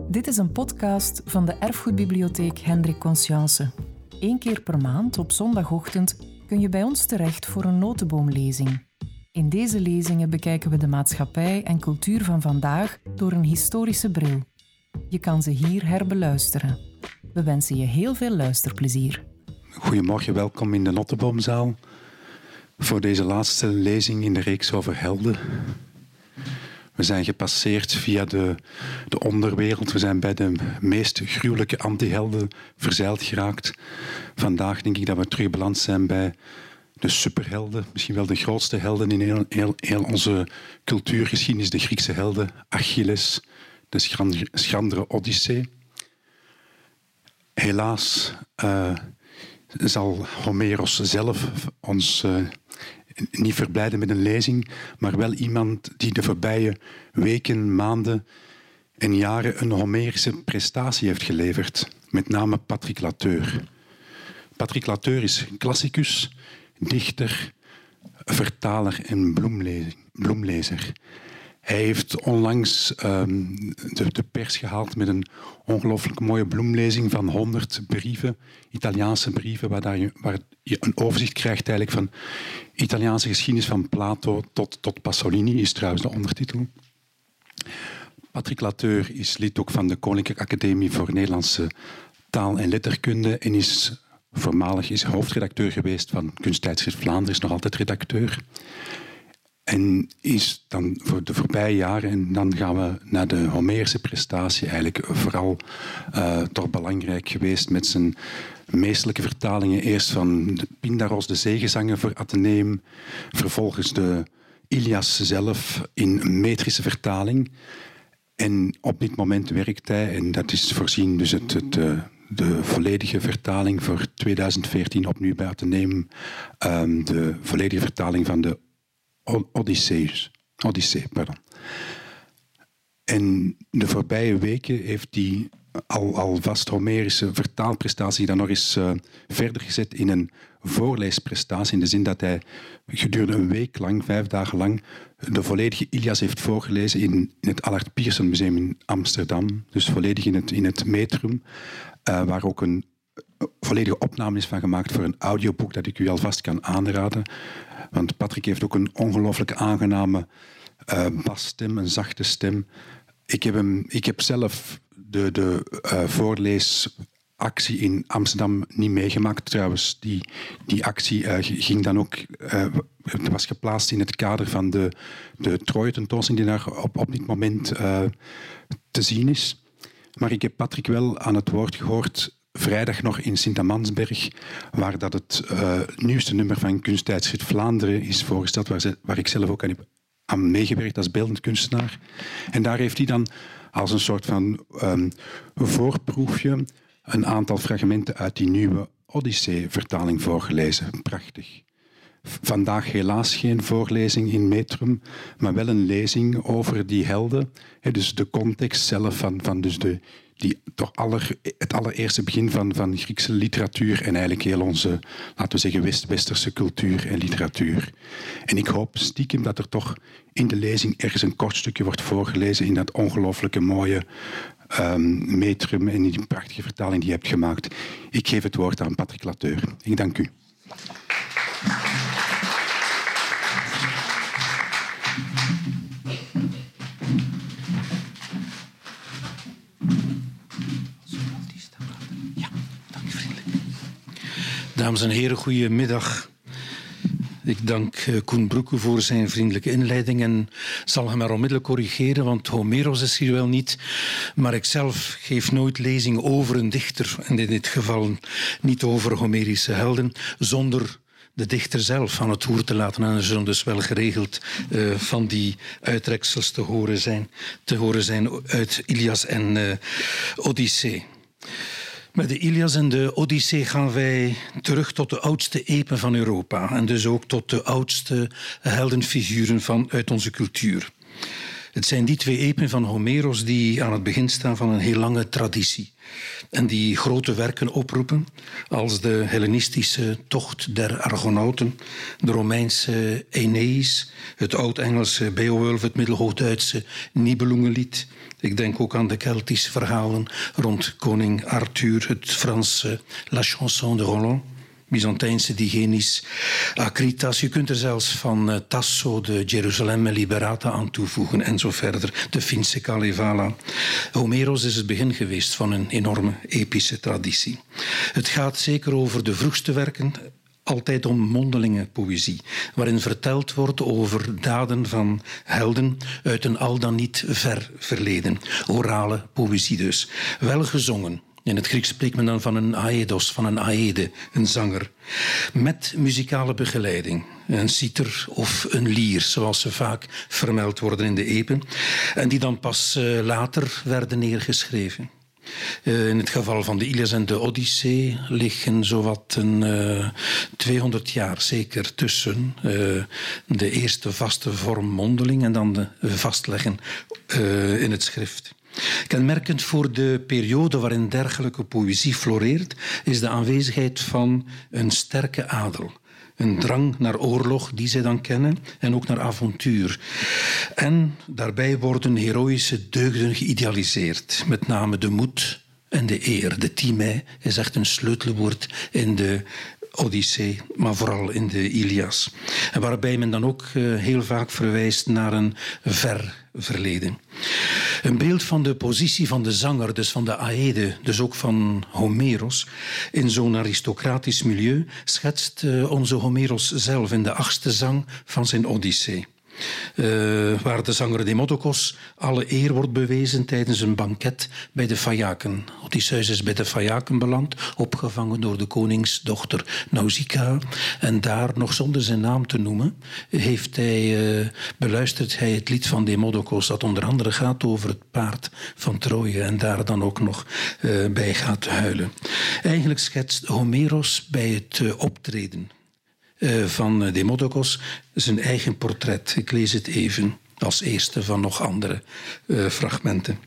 Dit is een podcast van de Erfgoedbibliotheek Hendrik Conscience. 1 keer per maand op zondagochtend kun je bij ons terecht voor een notenboomlezing. In deze lezingen bekijken we de maatschappij en cultuur van vandaag door een historische bril. Je kan ze hier herbeluisteren. We wensen je heel veel luisterplezier. Goedemorgen, welkom in de Notenboomzaal voor deze laatste lezing in de reeks over helden. We zijn gepasseerd via de onderwereld. We zijn bij de meest gruwelijke antihelden verzeild geraakt. Vandaag denk ik dat we terug beland zijn bij de superhelden. Misschien wel de grootste helden in heel onze cultuurgeschiedenis. De Griekse helden. Achilles, de schrandere Odyssee. Helaas zal Homeros zelf ons niet verblijden met een lezing, maar wel iemand die de voorbije weken, maanden en jaren een Homerische prestatie heeft geleverd. Met name Patrick Lateur. Patrick Lateur is klassicus, dichter, vertaler en bloemlezer. Hij heeft onlangs de pers gehaald met een ongelooflijk mooie bloemlezing van 100 brieven, Italiaanse brieven, waar je een overzicht krijgt eigenlijk van Italiaanse geschiedenis van Plato tot Pasolini, is trouwens de ondertitel. Patrick Lateur is lid ook van de Koninklijke Academie voor Nederlandse Taal en Letterkunde en is voormalig hoofdredacteur geweest van Kunsttijdschrift Vlaanderen, is nog altijd redacteur. En is dan voor de voorbije jaren, en dan gaan we naar de Homerische prestatie, eigenlijk vooral toch belangrijk geweest met zijn meestelijke vertalingen. Eerst van Pindaros, de Zeegezangen voor Atheneum, vervolgens de Ilias zelf in een metrische vertaling. En op dit moment werkt hij, en dat is voorzien dus de volledige vertaling voor 2014 opnieuw bij Atheneum, de volledige vertaling van de Odyssee. En de voorbije weken heeft hij alvast Homerische vertaalprestatie dan nog eens verder gezet in een voorleesprestatie. In de zin dat hij gedurende een week lang, 5 dagen lang, de volledige Ilias heeft voorgelezen in het Allard Pierson Museum in Amsterdam. Dus volledig in het metrum, waar ook een volledige opname is van gemaakt voor een audioboek dat ik u alvast kan aanraden. Want Patrick heeft ook een ongelooflijk aangename basstem, een zachte stem. Ik heb zelf de voorleesactie in Amsterdam niet meegemaakt. Trouwens, die actie ging dan ook, was geplaatst in het kader van de Troje-tentoonstelling die daar op dit moment te zien is. Maar ik heb Patrick wel aan het woord gehoord vrijdag nog in Sint-Amansberg, waar dat het nieuwste nummer van Kunsttijdschrift Vlaanderen is voorgesteld, waar ik zelf ook aan meegewerkt als beeldend kunstenaar. En daar heeft hij dan als een soort van voorproefje een aantal fragmenten uit die nieuwe Odyssee-vertaling voorgelezen. Prachtig. Vandaag helaas geen voorlezing in metrum, maar wel een lezing over die helden. Dus de context zelf van dus het allereerste begin van Griekse literatuur en eigenlijk heel onze, laten we zeggen, westerse cultuur en literatuur. En ik hoop stiekem dat er toch in de lezing ergens een kort stukje wordt voorgelezen in dat ongelooflijke mooie metrum en in die prachtige vertaling die je hebt gemaakt. Ik geef het woord aan Patrick Lateur. Ik dank u. Dames en heren, goedemiddag. Ik dank Koen Broeke voor zijn vriendelijke inleiding en zal hem maar onmiddellijk corrigeren, want Homeros is hier wel niet. Maar ik zelf geef nooit lezing over een dichter, en in dit geval niet over Homerische helden, zonder de dichter zelf aan het woord te laten. En er zullen dus wel geregeld van die uittreksels te horen zijn uit Ilias en Odyssee. Met de Ilias en de Odyssee gaan wij terug tot de oudste epen van Europa en dus ook tot de oudste heldenfiguren uit onze cultuur. Het zijn die 2 epen van Homeros die aan het begin staan van een heel lange traditie. En die grote werken oproepen als de Hellenistische tocht der Argonauten, de Romeinse Aeneis, het Oud-Engelse Beowulf, het Middelhoogduitse Nibelungenlied. Ik denk ook aan de Keltische verhalen rond koning Arthur, het Franse La Chanson de Roland, Byzantijnse Digenis, Acritas. Je kunt er zelfs van Tasso de Gerusalemme Liberata aan toevoegen en zo verder. De Finse Kalevala. Homeros is het begin geweest van een enorme epische traditie. Het gaat zeker over de vroegste werken altijd om mondelinge poëzie, waarin verteld wordt over daden van helden uit een al dan niet ver verleden. Orale poëzie dus. Wel gezongen. In het Grieks spreekt men dan van een aedos, van een aede, een zanger. Met muzikale begeleiding. Een citer of een lier, zoals ze vaak vermeld worden in de epen. En die dan pas later werden neergeschreven. In het geval van de Ilias en de Odyssee liggen zowat een 200 jaar zeker tussen de eerste vaste vorm mondeling en dan de vastleggen in het schrift. Kenmerkend voor de periode waarin dergelijke poëzie floreert is de aanwezigheid van een sterke adel. Een drang naar oorlog, die zij dan kennen, en ook naar avontuur. En daarbij worden heroïsche deugden geïdealiseerd. Met name de moed en de eer. De timē is echt een sleutelwoord in de Odyssee, maar vooral in de Ilias. En waarbij men dan ook heel vaak verwijst naar een ver verleden. Een beeld van de positie van de zanger, dus van de aede, dus ook van Homeros, in zo'n aristocratisch milieu, schetst onze Homeros zelf in de 8e zang van zijn Odyssee. Waar de zanger Demodokos alle eer wordt bewezen tijdens een banket bij de Phaeaken. Odysseus is bij de Phaeaken beland, opgevangen door de koningsdochter Nausicaa. En daar, nog zonder zijn naam te noemen, beluistert hij het lied van Demodokos, dat onder andere gaat over het paard van Troje en daar dan ook nog bij gaat huilen. Eigenlijk schetst Homeros bij het optreden van Demodokos zijn eigen portret. Ik lees het even als eerste van nog andere fragmenten.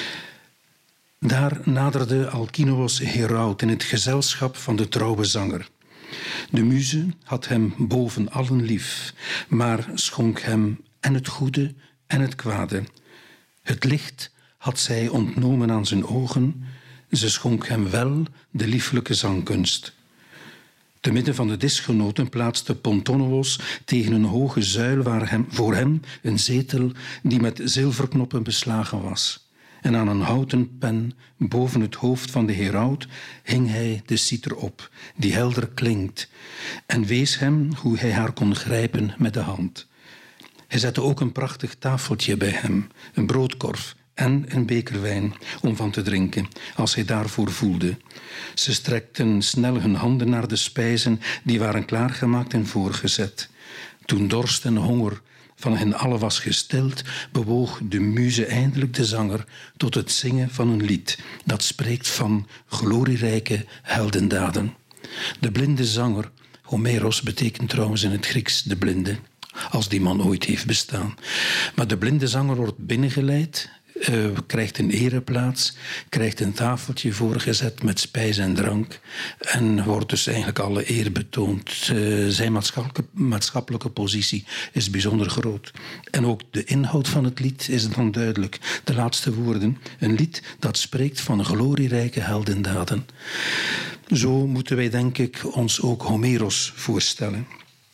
Daar naderde Alkinoos heraut in het gezelschap van de trouwe zanger. De muze had hem boven allen lief, maar schonk hem en het goede en het kwade. Het licht had zij ontnomen aan zijn ogen, ze schonk hem wel de lieflijke zangkunst. Te midden van de disgenoten plaatste Pontonoos tegen een hoge zuil voor hem een zetel die met zilverknoppen beslagen was. En aan een houten pen boven het hoofd van de heraut hing hij de citer op, die helder klinkt, en wees hem hoe hij haar kon grijpen met de hand. Hij zette ook een prachtig tafeltje bij hem, een broodkorf en een beker wijn om van te drinken, als hij daarvoor voelde. Ze strekten snel hun handen naar de spijzen die waren klaargemaakt en voorgezet. Toen dorst en honger van hen allen was gestild, bewoog de muze eindelijk de zanger tot het zingen van een lied dat spreekt van glorierijke heldendaden. De blinde zanger, Homeros betekent trouwens in het Grieks de blinde, als die man ooit heeft bestaan. Maar de blinde zanger wordt binnengeleid, krijgt een ereplaats, krijgt een tafeltje voorgezet met spijs en drank en wordt dus eigenlijk alle eer betoond. Zijn maatschappelijke positie is bijzonder groot. En ook de inhoud van het lied is dan duidelijk. De laatste woorden. Een lied dat spreekt van glorierijke heldendaden. Zo moeten wij, denk ik, ons ook Homeros voorstellen.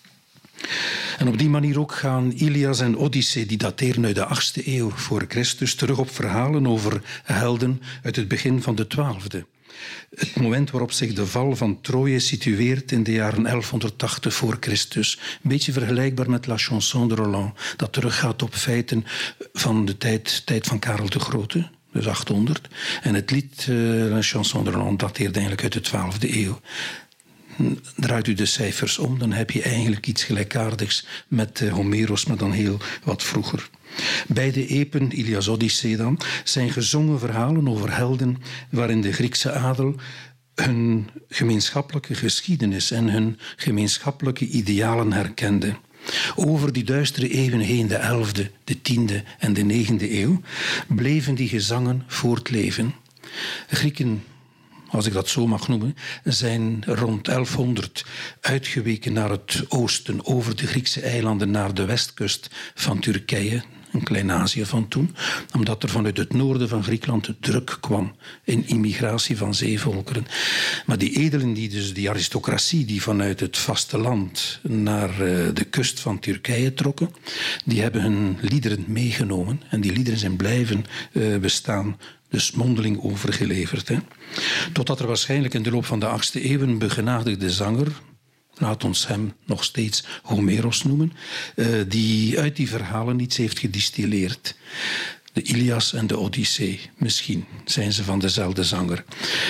En op die manier ook gaan Ilias en Odyssee, die dateren uit de 8e eeuw voor Christus, terug op verhalen over helden uit het begin van de 12e. Het moment waarop zich de val van Troje situeert in de jaren 1180 voor Christus. Een beetje vergelijkbaar met La Chanson de Roland, dat teruggaat op feiten van de tijd van Karel de Grote, dus 800. En het lied La Chanson de Roland dateert eigenlijk uit de 12e eeuw. Draait u de cijfers om, dan heb je eigenlijk iets gelijkaardigs met Homeros, maar dan heel wat vroeger. Beide epen, Ilias Odyssee dan, zijn gezongen verhalen over helden waarin de Griekse adel hun gemeenschappelijke geschiedenis en hun gemeenschappelijke idealen herkende. Over die duistere eeuwen heen, de 11e, de 10e en de 9e eeuw, bleven die gezangen voortleven. Grieken, als ik dat zo mag noemen, zijn rond 1100 uitgeweken naar het oosten, over de Griekse eilanden naar de westkust van Turkije, een Klein-Azië van toen, omdat er vanuit het noorden van Griekenland druk kwam in immigratie van zeevolkeren. Maar die edelen, die aristocratie die vanuit het vasteland naar de kust van Turkije trokken, die hebben hun liederen meegenomen en die liederen zijn blijven bestaan, dus mondeling overgeleverd. Hè. Totdat er waarschijnlijk in de loop van de 8e eeuw een begenadigde zanger, laat ons hem nog steeds Homeros noemen, die uit die verhalen iets heeft gedistilleerd. De Ilias en de Odyssee, misschien zijn ze van dezelfde zanger.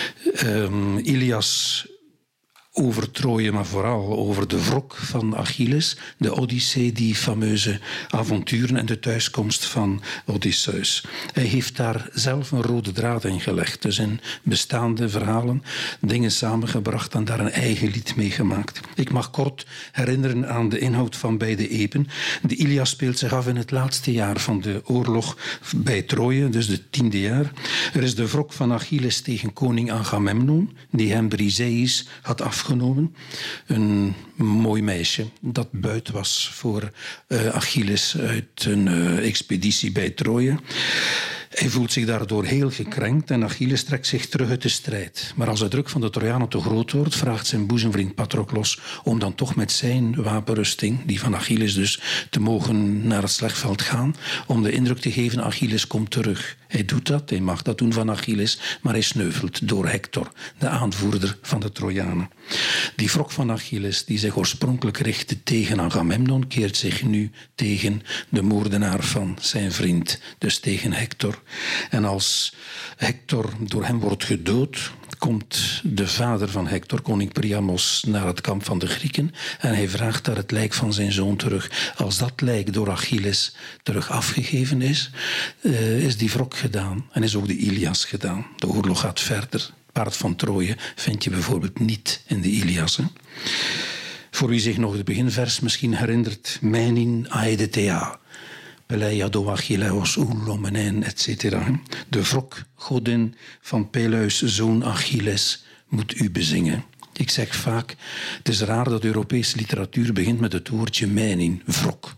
Ilias over Troje, maar vooral over de wrok van Achilles. De Odyssee, die fameuze avonturen en de thuiskomst van Odysseus. Hij heeft daar zelf een rode draad in gelegd. Dus in bestaande verhalen dingen samengebracht en daar een eigen lied mee gemaakt. Ik mag kort herinneren aan de inhoud van beide epen. De Ilias speelt zich af in het laatste jaar van de oorlog bij Troje, dus de 10e jaar. Er is de wrok van Achilles tegen koning Agamemnon, die hem Briseis had afgenomen. Een mooi meisje dat buit was voor Achilles uit een expeditie bij Troje. Hij voelt zich daardoor heel gekrenkt en Achilles trekt zich terug uit de strijd. Maar als de druk van de Trojanen te groot wordt, vraagt zijn boezemvriend Patroklos om dan toch met zijn wapenrusting, die van Achilles dus, te mogen naar het slagveld gaan, om de indruk te geven: Achilles komt terug. Hij doet dat, hij mag dat doen van Achilles, maar hij sneuvelt door Hector, de aanvoerder van de Trojanen. Die wrok van Achilles, die zich oorspronkelijk richtte tegen Agamemnon, keert zich nu tegen de moordenaar van zijn vriend, dus tegen Hector. En als Hector door hem wordt gedood, komt de vader van Hector, koning Priamos, naar het kamp van de Grieken en hij vraagt daar het lijk van zijn zoon terug. Als dat lijk door Achilles terug afgegeven is, is die wrok gedaan en is ook de Ilias gedaan. De oorlog gaat verder. Paard van Troje vind je bijvoorbeeld niet in de Ilias. Hè? Voor wie zich nog het beginvers misschien herinnert, Menin aedetea, Peleia do Achilleos ulomenen, etc. De wrokgodin van Peleus' zoon Achilles moet u bezingen. Ik zeg vaak, het is raar dat Europese literatuur begint met het woordje Menin, wrok.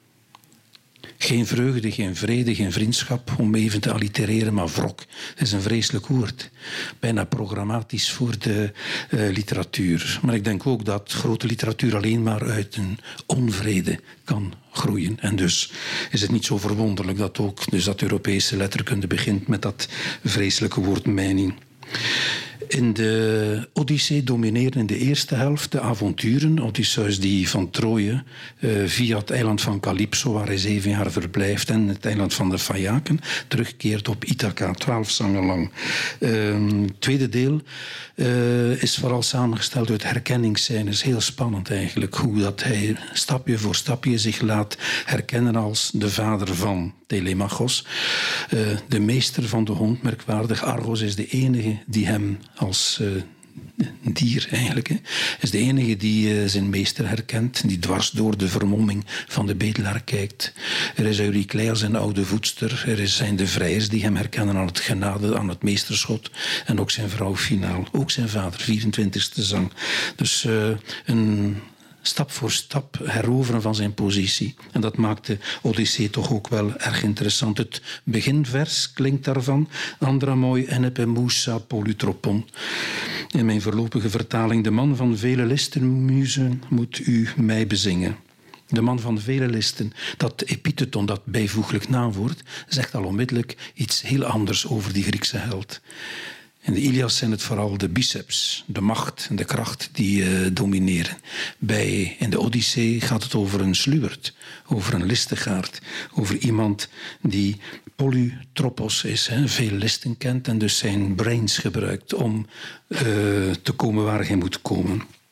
Geen vreugde, geen vrede, geen vriendschap, om even te allitereren, maar wrok. Het is een vreselijk woord. Bijna programmatisch voor de literatuur. Maar ik denk ook dat grote literatuur alleen maar uit een onvrede kan groeien. En dus is het niet zo verwonderlijk dat ook dus dat Europese letterkunde begint met dat vreselijke woord mening. In de Odyssee domineren in de eerste helft de avonturen. Odysseus die van Troje via het eiland van Calypso, waar hij 7 jaar verblijft, en het eiland van de Phaeaken terugkeert op Ithaca, 12 zangen lang. Het tweede deel is vooral samengesteld uit herkenningsscènes. Heel spannend eigenlijk, hoe dat hij stapje voor stapje zich laat herkennen als de vader van Telemachos. De meester van de hond, merkwaardig. Argos is de enige die hem als dier eigenlijk, is de enige die zijn meester herkent, die dwars door de vermomming van de bedelaar kijkt. Er is Euryclea, zijn oude voedster. Er zijn de vrijers die hem herkennen aan het genade, aan het meesterschot. En ook zijn vrouw Finaal. Ook zijn vader, 24e zang. Dus een stap voor stap heroveren van zijn positie. En dat maakt de Odyssee toch ook wel erg interessant. Het beginvers klinkt daarvan: Andramoi enepe moussa polytropon. In mijn voorlopige vertaling: de man van vele listen, muze, moet u mij bezingen. De man van vele listen, dat epitheton, dat bijvoeglijk naamwoord, zegt al onmiddellijk iets heel anders over die Griekse held. In de Ilias zijn het vooral de biceps, de macht en de kracht die domineren. In de Odyssee gaat het over een sluwerd, over een listigaard, over iemand die polytropos is, veel listen kent en dus zijn brains gebruikt om te komen waar hij moet komen.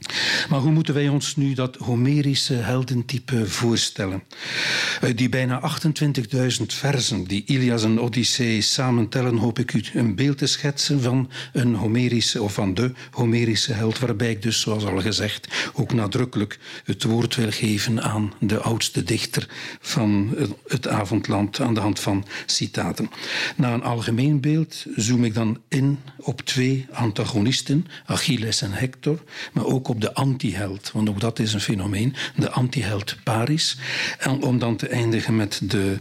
Maar hoe moeten wij ons nu dat Homerische heldentype voorstellen? Uit die bijna 28.000 versen die Ilias en Odyssee samentellen, hoop ik u een beeld te schetsen van een Homerische of van de Homerische held, waarbij ik dus, zoals al gezegd, ook nadrukkelijk het woord wil geven aan de oudste dichter van het avondland aan de hand van citaten. Na een algemeen beeld zoom ik dan in op 2 antagonisten, Achilles en Hector, maar ook op de antiheld, want ook dat is een fenomeen, de antiheld Paris. En om dan te eindigen met de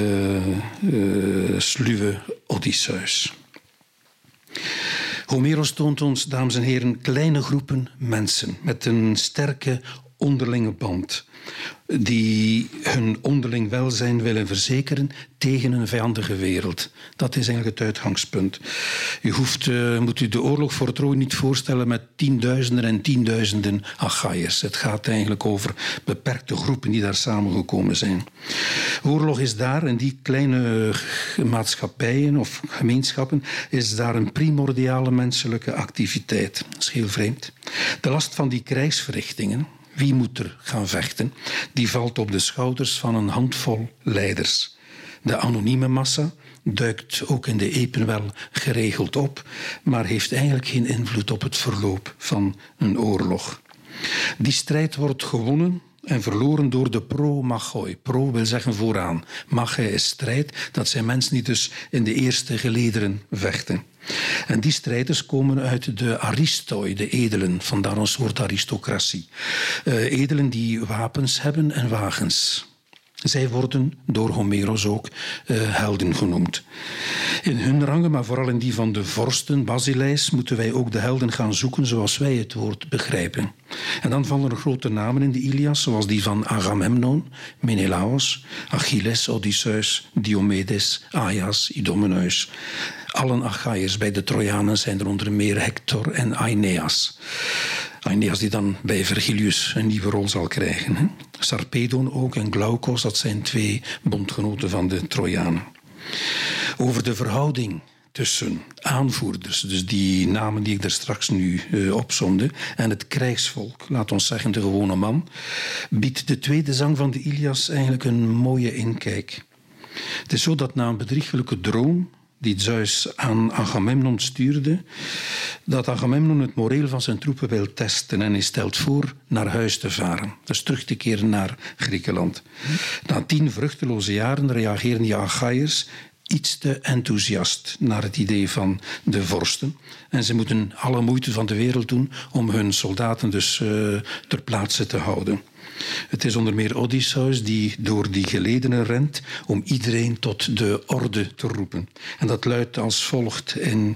sluwe Odysseus. Homeros toont ons, dames en heren, kleine groepen mensen met een sterke onderlinge band, die hun onderling welzijn willen verzekeren tegen een vijandige wereld. Dat is eigenlijk het uitgangspunt. U moet u de oorlog voor Troje niet voorstellen met tienduizenden en tienduizenden Achaiërs. Het gaat eigenlijk over beperkte groepen die daar samengekomen zijn. Oorlog is daar, in die kleine maatschappijen of gemeenschappen, is daar een primordiale menselijke activiteit. Dat is heel vreemd. De last van die krijgsverrichtingen, wie moet er gaan vechten, die valt op de schouders van een handvol leiders. De anonieme massa duikt ook in de epen wel geregeld op, maar heeft eigenlijk geen invloed op het verloop van een oorlog. Die strijd wordt gewonnen en verloren door de pro-machoi. Pro wil zeggen vooraan. Machoi is strijd. Dat zijn mensen die dus in de eerste gelederen vechten. En die strijders komen uit de aristoi, de edelen. Vandaar een soort aristocratie. Edelen die wapens hebben en wagens. Zij worden door Homeros ook helden genoemd. In hun rangen, maar vooral in die van de vorsten, Basileis, moeten wij ook de helden gaan zoeken zoals wij het woord begrijpen. En dan vallen er grote namen in de Ilias, zoals die van Agamemnon, Menelaos, Achilles, Odysseus, Diomedes, Aias, Idomeneus. Allen Achaiërs bij de Trojanen zijn er onder meer Hector en Aeneas. Aeneas die dan bij Vergilius een nieuwe rol zal krijgen. Sarpedon ook en Glaukos, dat zijn 2 bondgenoten van de Trojanen. Over de verhouding tussen aanvoerders, dus die namen die ik daar straks nu opsomde, en het krijgsvolk, laat ons zeggen de gewone man, biedt de tweede zang van de Ilias eigenlijk een mooie inkijk. Het is zo dat na een bedriegelijke droom die Zeus aan Agamemnon stuurde, dat Agamemnon het moreel van zijn troepen wil testen en hij stelt voor naar huis te varen, dus terug te keren naar Griekenland. Na 10 vruchteloze jaren reageren die Achaiërs iets te enthousiast naar het idee van de vorsten. En ze moeten alle moeite van de wereld doen om hun soldaten dus ter plaatse te houden. Het is onder meer Odysseus die door die geledenen rent om iedereen tot de orde te roepen. En dat luidt als volgt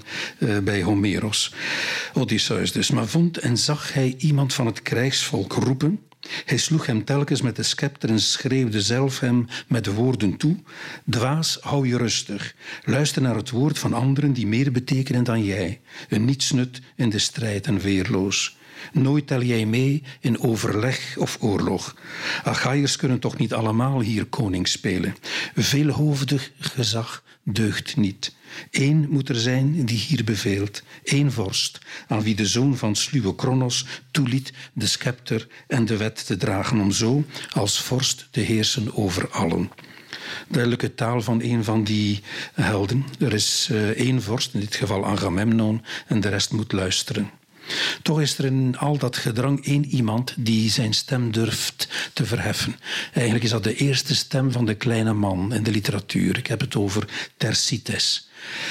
bij Homeros. Odysseus dus. Maar vond en zag hij iemand van het krijgsvolk roepen. Hij sloeg hem telkens met de scepter en schreeuwde zelf hem met de woorden toe: dwaas, hou je rustig. Luister naar het woord van anderen die meer betekenen dan jij. Een nietsnut in de strijd en weerloos. Nooit tel jij mee in overleg of oorlog. Achaiërs kunnen toch niet allemaal hier koning spelen. Veelhoofdig gezag deugt niet. Eén moet er zijn die hier beveelt. 1 vorst, aan wie de zoon van sluwe Kronos toeliet de scepter en de wet te dragen om zo als vorst te heersen over allen. Duidelijke taal van een van die helden. Er is 1 vorst, in dit geval Agamemnon, en de rest moet luisteren. Toch is er in al dat gedrang 1 iemand die zijn stem durft te verheffen. Eigenlijk is dat de eerste stem van de kleine man in de literatuur. Ik heb het over Thersites.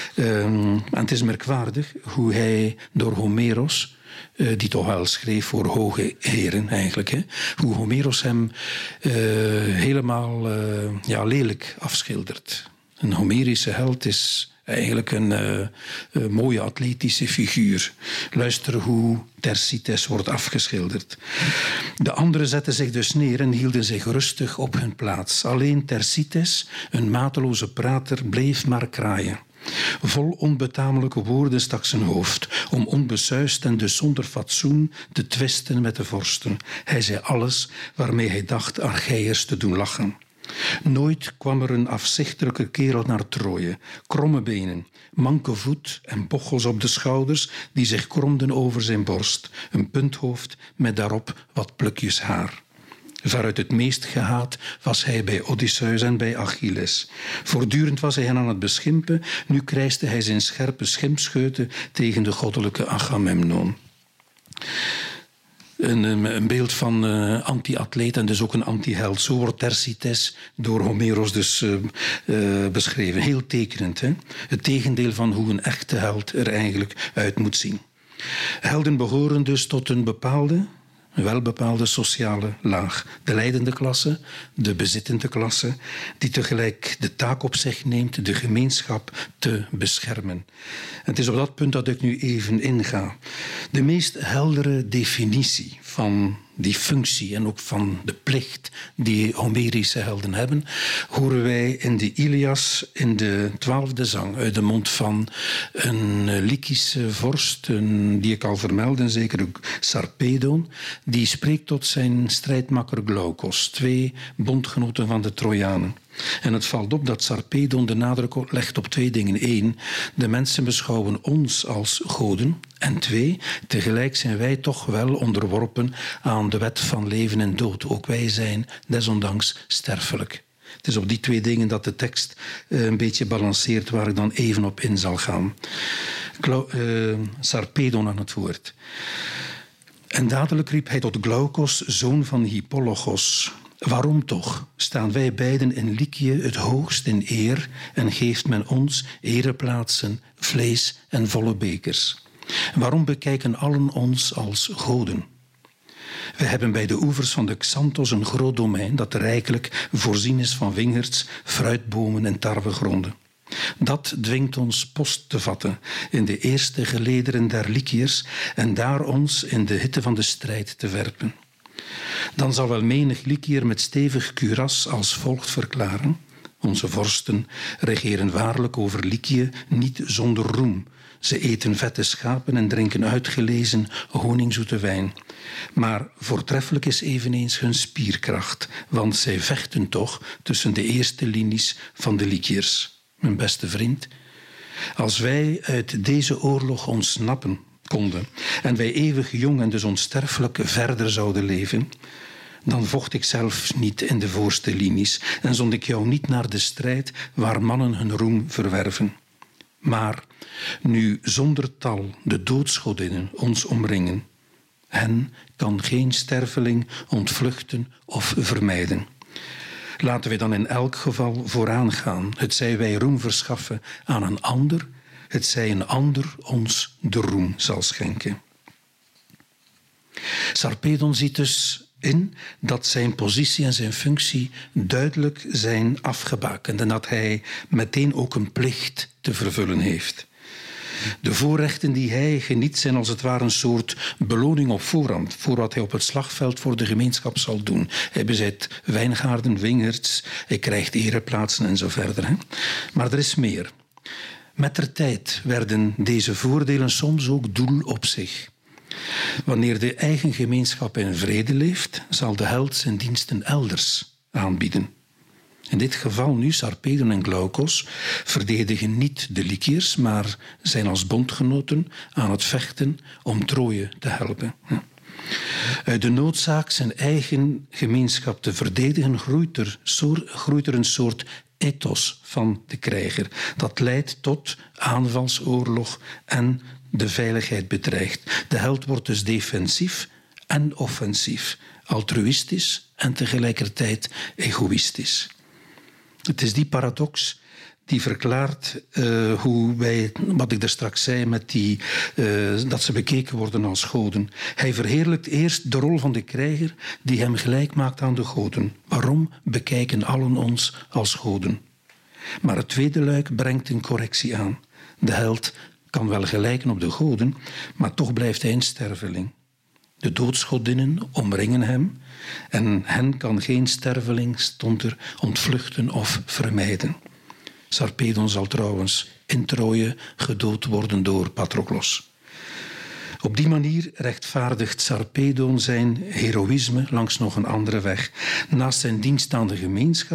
En het is merkwaardig hoe hij door Homeros, die toch wel schreef voor hoge heren eigenlijk, hoe Homeros hem helemaal lelijk afschildert. Een Homerische held is eigenlijk een mooie atletische figuur. Luister hoe Thersites wordt afgeschilderd. De anderen zetten zich dus neer en hielden zich rustig op hun plaats. Alleen Thersites, een mateloze prater, bleef maar kraaien. Vol onbetamelijke woorden stak zijn hoofd, om onbesuisd en dus zonder fatsoen te twisten met de vorsten. Hij zei alles waarmee hij dacht Archaiërs te doen lachen. Nooit kwam er een afzichtelijke kerel naar Troje. Kromme benen, manke voet en bochels op de schouders die zich kromden over zijn borst. Een punthoofd met daarop wat plukjes haar. Veruit het meest gehaat was hij bij Odysseus en bij Achilles. Voortdurend was hij hen aan het beschimpen. Nu krijste hij zijn scherpe schimpscheuten tegen de goddelijke Agamemnon. Een beeld van anti-atleet en dus ook een anti-held. Zo wordt Thersites door Homeros dus beschreven. Heel tekenend. Hè? Het tegendeel van hoe een echte held er eigenlijk uit moet zien. Helden behoren dus tot een welbepaalde sociale laag. De leidende klasse, de bezittende klasse, die tegelijk de taak op zich neemt de gemeenschap te beschermen. En het is op dat punt dat ik nu even inga. De meest heldere definitie van die functie en ook van de plicht die Homerische helden hebben, horen wij in de Ilias in de 12e zang uit de mond van een Lykische vorst, die ik al vermeldde, zeker ook Sarpedon, die spreekt tot zijn strijdmakker Glaukos, 2 bondgenoten van de Trojanen. En het valt op dat Sarpedon de nadruk legt op 2 dingen. 1, de mensen beschouwen ons als goden. En 2, tegelijk zijn wij toch wel onderworpen aan de wet van leven en dood. Ook wij zijn desondanks sterfelijk. Het is op die 2 dingen dat de tekst een beetje balanceert, waar ik dan even op in zal gaan. Sarpedon aan het woord. En dadelijk riep hij tot Glaukos, zoon van Hippologos. Waarom toch staan wij beiden in Lykië het hoogst in eer en geeft men ons ereplaatsen, vlees en volle bekers? Waarom bekijken allen ons als goden? We hebben bij de oevers van de Xanthos een groot domein dat rijkelijk voorzien is van wingerds, fruitbomen en tarwegronden. Dat dwingt ons post te vatten in de eerste gelederen der Lykiërs en daar ons in de hitte van de strijd te werpen. Dan zal wel menig Lykiër met stevig kuras als volgt verklaren: onze vorsten regeren waarlijk over Lykië niet zonder roem. Ze eten vette schapen en drinken uitgelezen honingzoete wijn. Maar voortreffelijk is eveneens hun spierkracht, want zij vechten toch tussen de eerste linies van de Lykiërs. Mijn beste vriend, als wij uit deze oorlog ontsnappen konden en wij eeuwig jong en dus onsterfelijk verder zouden leven, dan vocht ik zelf niet in de voorste linies en zond ik jou niet naar de strijd waar mannen hun roem verwerven. Maar nu zonder tal de doodsgodinnen ons omringen, hen kan geen sterveling ontvluchten of vermijden. Laten wij dan in elk geval vooraan gaan, hetzij wij roem verschaffen aan een ander, hetzij een ander ons de roem zal schenken. Sarpedon ziet dus in dat zijn positie en zijn functie duidelijk zijn afgebakend en dat hij meteen ook een plicht te vervullen heeft. De voorrechten die hij geniet zijn als het ware een soort beloning op voorhand voor wat hij op het slagveld voor de gemeenschap zal doen. Hij bezit wijngaarden, wingerds, hij krijgt ereplaatsen en zo verder. Hè? Maar er is meer. Mettertijd werden deze voordelen soms ook doel op zich. Wanneer de eigen gemeenschap in vrede leeft, zal de held zijn diensten elders aanbieden. In dit geval nu, Sarpedon en Glaukos verdedigen niet de Lykiërs, maar zijn als bondgenoten aan het vechten om Troje te helpen. Uit de noodzaak zijn eigen gemeenschap te verdedigen groeit er een soort ethos van de krijger. Dat leidt tot aanvalsoorlog en de veiligheid bedreigt. De held wordt dus defensief en offensief, altruïstisch en tegelijkertijd egoïstisch. Het is die paradox die verklaart hoe wij, wat ik daar straks zei, met dat ze bekeken worden als goden. Hij verheerlijkt eerst de rol van de krijger die hem gelijk maakt aan de goden. Waarom bekijken allen ons als goden? Maar het tweede luik brengt een correctie aan. De held kan wel gelijken op de goden, maar toch blijft hij een sterveling. De doodsgodinnen omringen hem en hen kan geen sterveling, stond er, ontvluchten of vermijden. Sarpedon zal trouwens in Troje gedood worden door Patroklos. Op die manier rechtvaardigt Sarpedon zijn heroïsme langs nog een andere weg. Naast zijn dienst aan de gemeenschap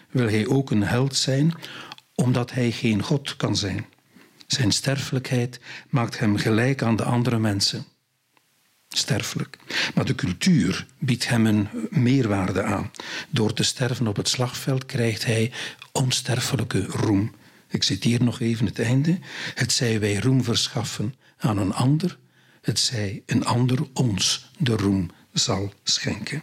wil hij ook een held zijn, omdat hij geen God kan zijn. Zijn sterfelijkheid maakt hem gelijk aan de andere mensen. Sterfelijk. Maar de cultuur biedt hem een meerwaarde aan. Door te sterven op het slagveld krijgt hij onsterfelijke roem. Ik citeer nog even het einde. Het zij wij roem verschaffen aan een ander, het zij een ander ons de roem zal schenken.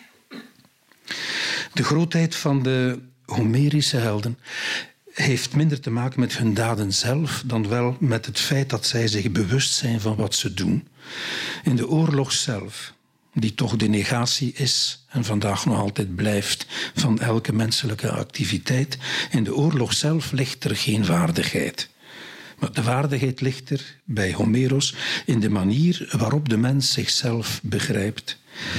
De grootheid van de Homerische helden heeft minder te maken met hun daden zelf dan wel met het feit dat zij zich bewust zijn van wat ze doen. In de oorlog zelf, die toch de negatie is en vandaag nog altijd blijft van elke menselijke activiteit, in de oorlog zelf ligt er geen waardigheid. Maar de waardigheid ligt er bij Homeros in de manier waarop de mens zichzelf begrijpt.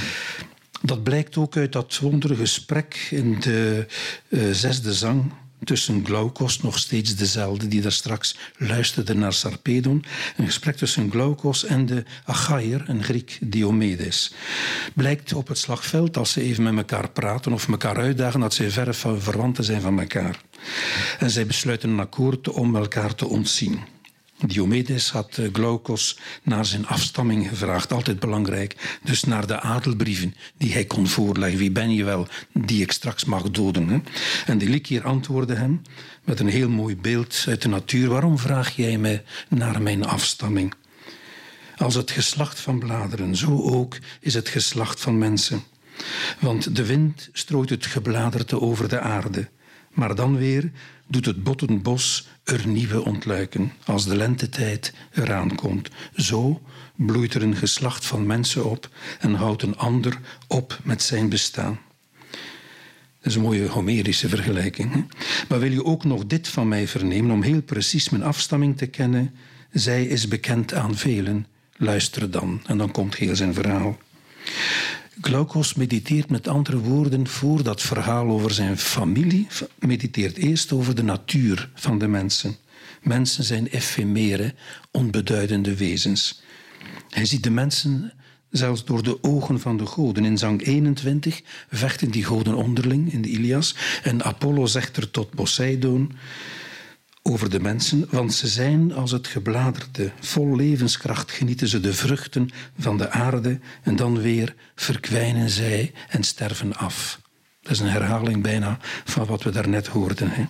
Dat blijkt ook uit dat wondere gesprek in de 6e zang tussen Glaukos, nog steeds dezelfde, die daar straks luisterde naar Sarpedon. Een gesprek tussen Glaukos en de Achaier, een Griek, Diomedes. Blijkt op het slagveld, als ze even met elkaar praten of elkaar uitdagen, dat zij verre verwanten zijn van elkaar. En zij besluiten een akkoord om elkaar te ontzien. Diomedes had Glaukos naar zijn afstamming gevraagd, altijd belangrijk. Dus naar de adelbrieven die hij kon voorleggen. Wie ben je wel, die ik straks mag doden? Hè? En de Lyciër antwoordde hem met een heel mooi beeld uit de natuur. Waarom vraag jij mij naar mijn afstamming? Als het geslacht van bladeren, zo ook is het geslacht van mensen. Want de wind strooit het gebladerte over de aarde. Maar dan weer doet het bottend bos er nieuwe ontluiken als de lentetijd eraan komt. Zo bloeit er een geslacht van mensen op en houdt een ander op met zijn bestaan. Dat is een mooie Homerische vergelijking. Hè? Maar wil je ook nog dit van mij vernemen om heel precies mijn afstamming te kennen? Zij is bekend aan velen. Luister dan. En dan komt heel zijn verhaal. Glaukos mediteert met andere woorden voor dat verhaal over zijn familie, mediteert eerst over de natuur van de mensen. Mensen zijn efemere, onbeduidende wezens. Hij ziet de mensen zelfs door de ogen van de goden. In zang 21 vechten die goden onderling in de Ilias. En Apollo zegt er tot Poseidon over de mensen, want ze zijn als het gebladerte. Vol levenskracht genieten ze de vruchten van de aarde en dan weer verkwijnen zij en sterven af. Dat is een herhaling bijna van wat we daarnet hoorden. Hè?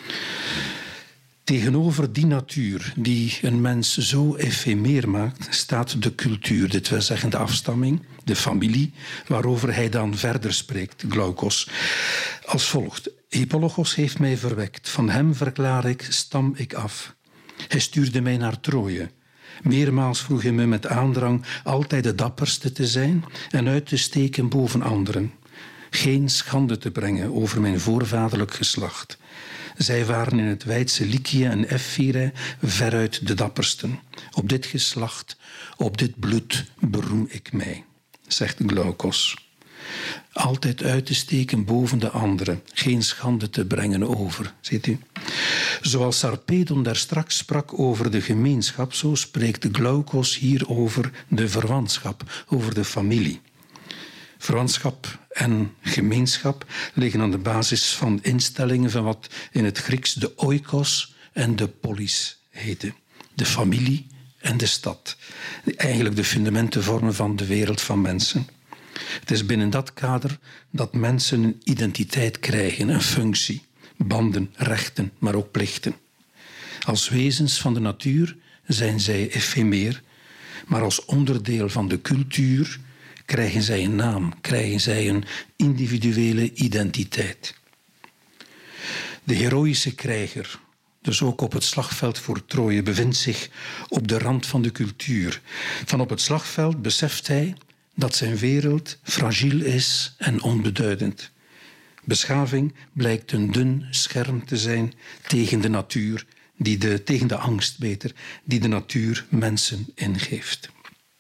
Tegenover die natuur die een mens zo efemeer maakt, staat de cultuur, dit wil zeggen de afstamming, de familie, waarover hij dan verder spreekt, Glaukos, als volgt. Hippologos heeft mij verwekt, van hem verklaar ik, stam ik af. Hij stuurde mij naar Troje. Meermaals vroeg hij me met aandrang altijd de dapperste te zijn en uit te steken boven anderen. Geen schande te brengen over mijn voorvaderlijk geslacht. Zij waren in het wijdse Lycië en Ephyre veruit de dappersten. Op dit geslacht, op dit bloed beroem ik mij, zegt Glaukos. Altijd uit te steken boven de anderen, geen schande te brengen over, ziet u. Zoals Sarpedon daar straks sprak over de gemeenschap, zo spreekt Glaukos hier over de verwantschap, over de familie. Verwantschap en gemeenschap liggen aan de basis van instellingen van wat in het Grieks de oikos en de polis heten. De familie en de stad. Eigenlijk de fundamenten vormen van de wereld van mensen. Het is binnen dat kader dat mensen een identiteit krijgen, een functie, banden, rechten, maar ook plichten. Als wezens van de natuur zijn zij efemeer, maar als onderdeel van de cultuur krijgen zij een naam, krijgen zij een individuele identiteit. De heroïsche krijger, dus ook op het slagveld voor Troje, bevindt zich op de rand van de cultuur. Van op het slagveld beseft hij dat zijn wereld fragiel is en onbeduidend. Beschaving blijkt een dun scherm te zijn tegen de natuur, tegen de angst beter, die de natuur mensen ingeeft.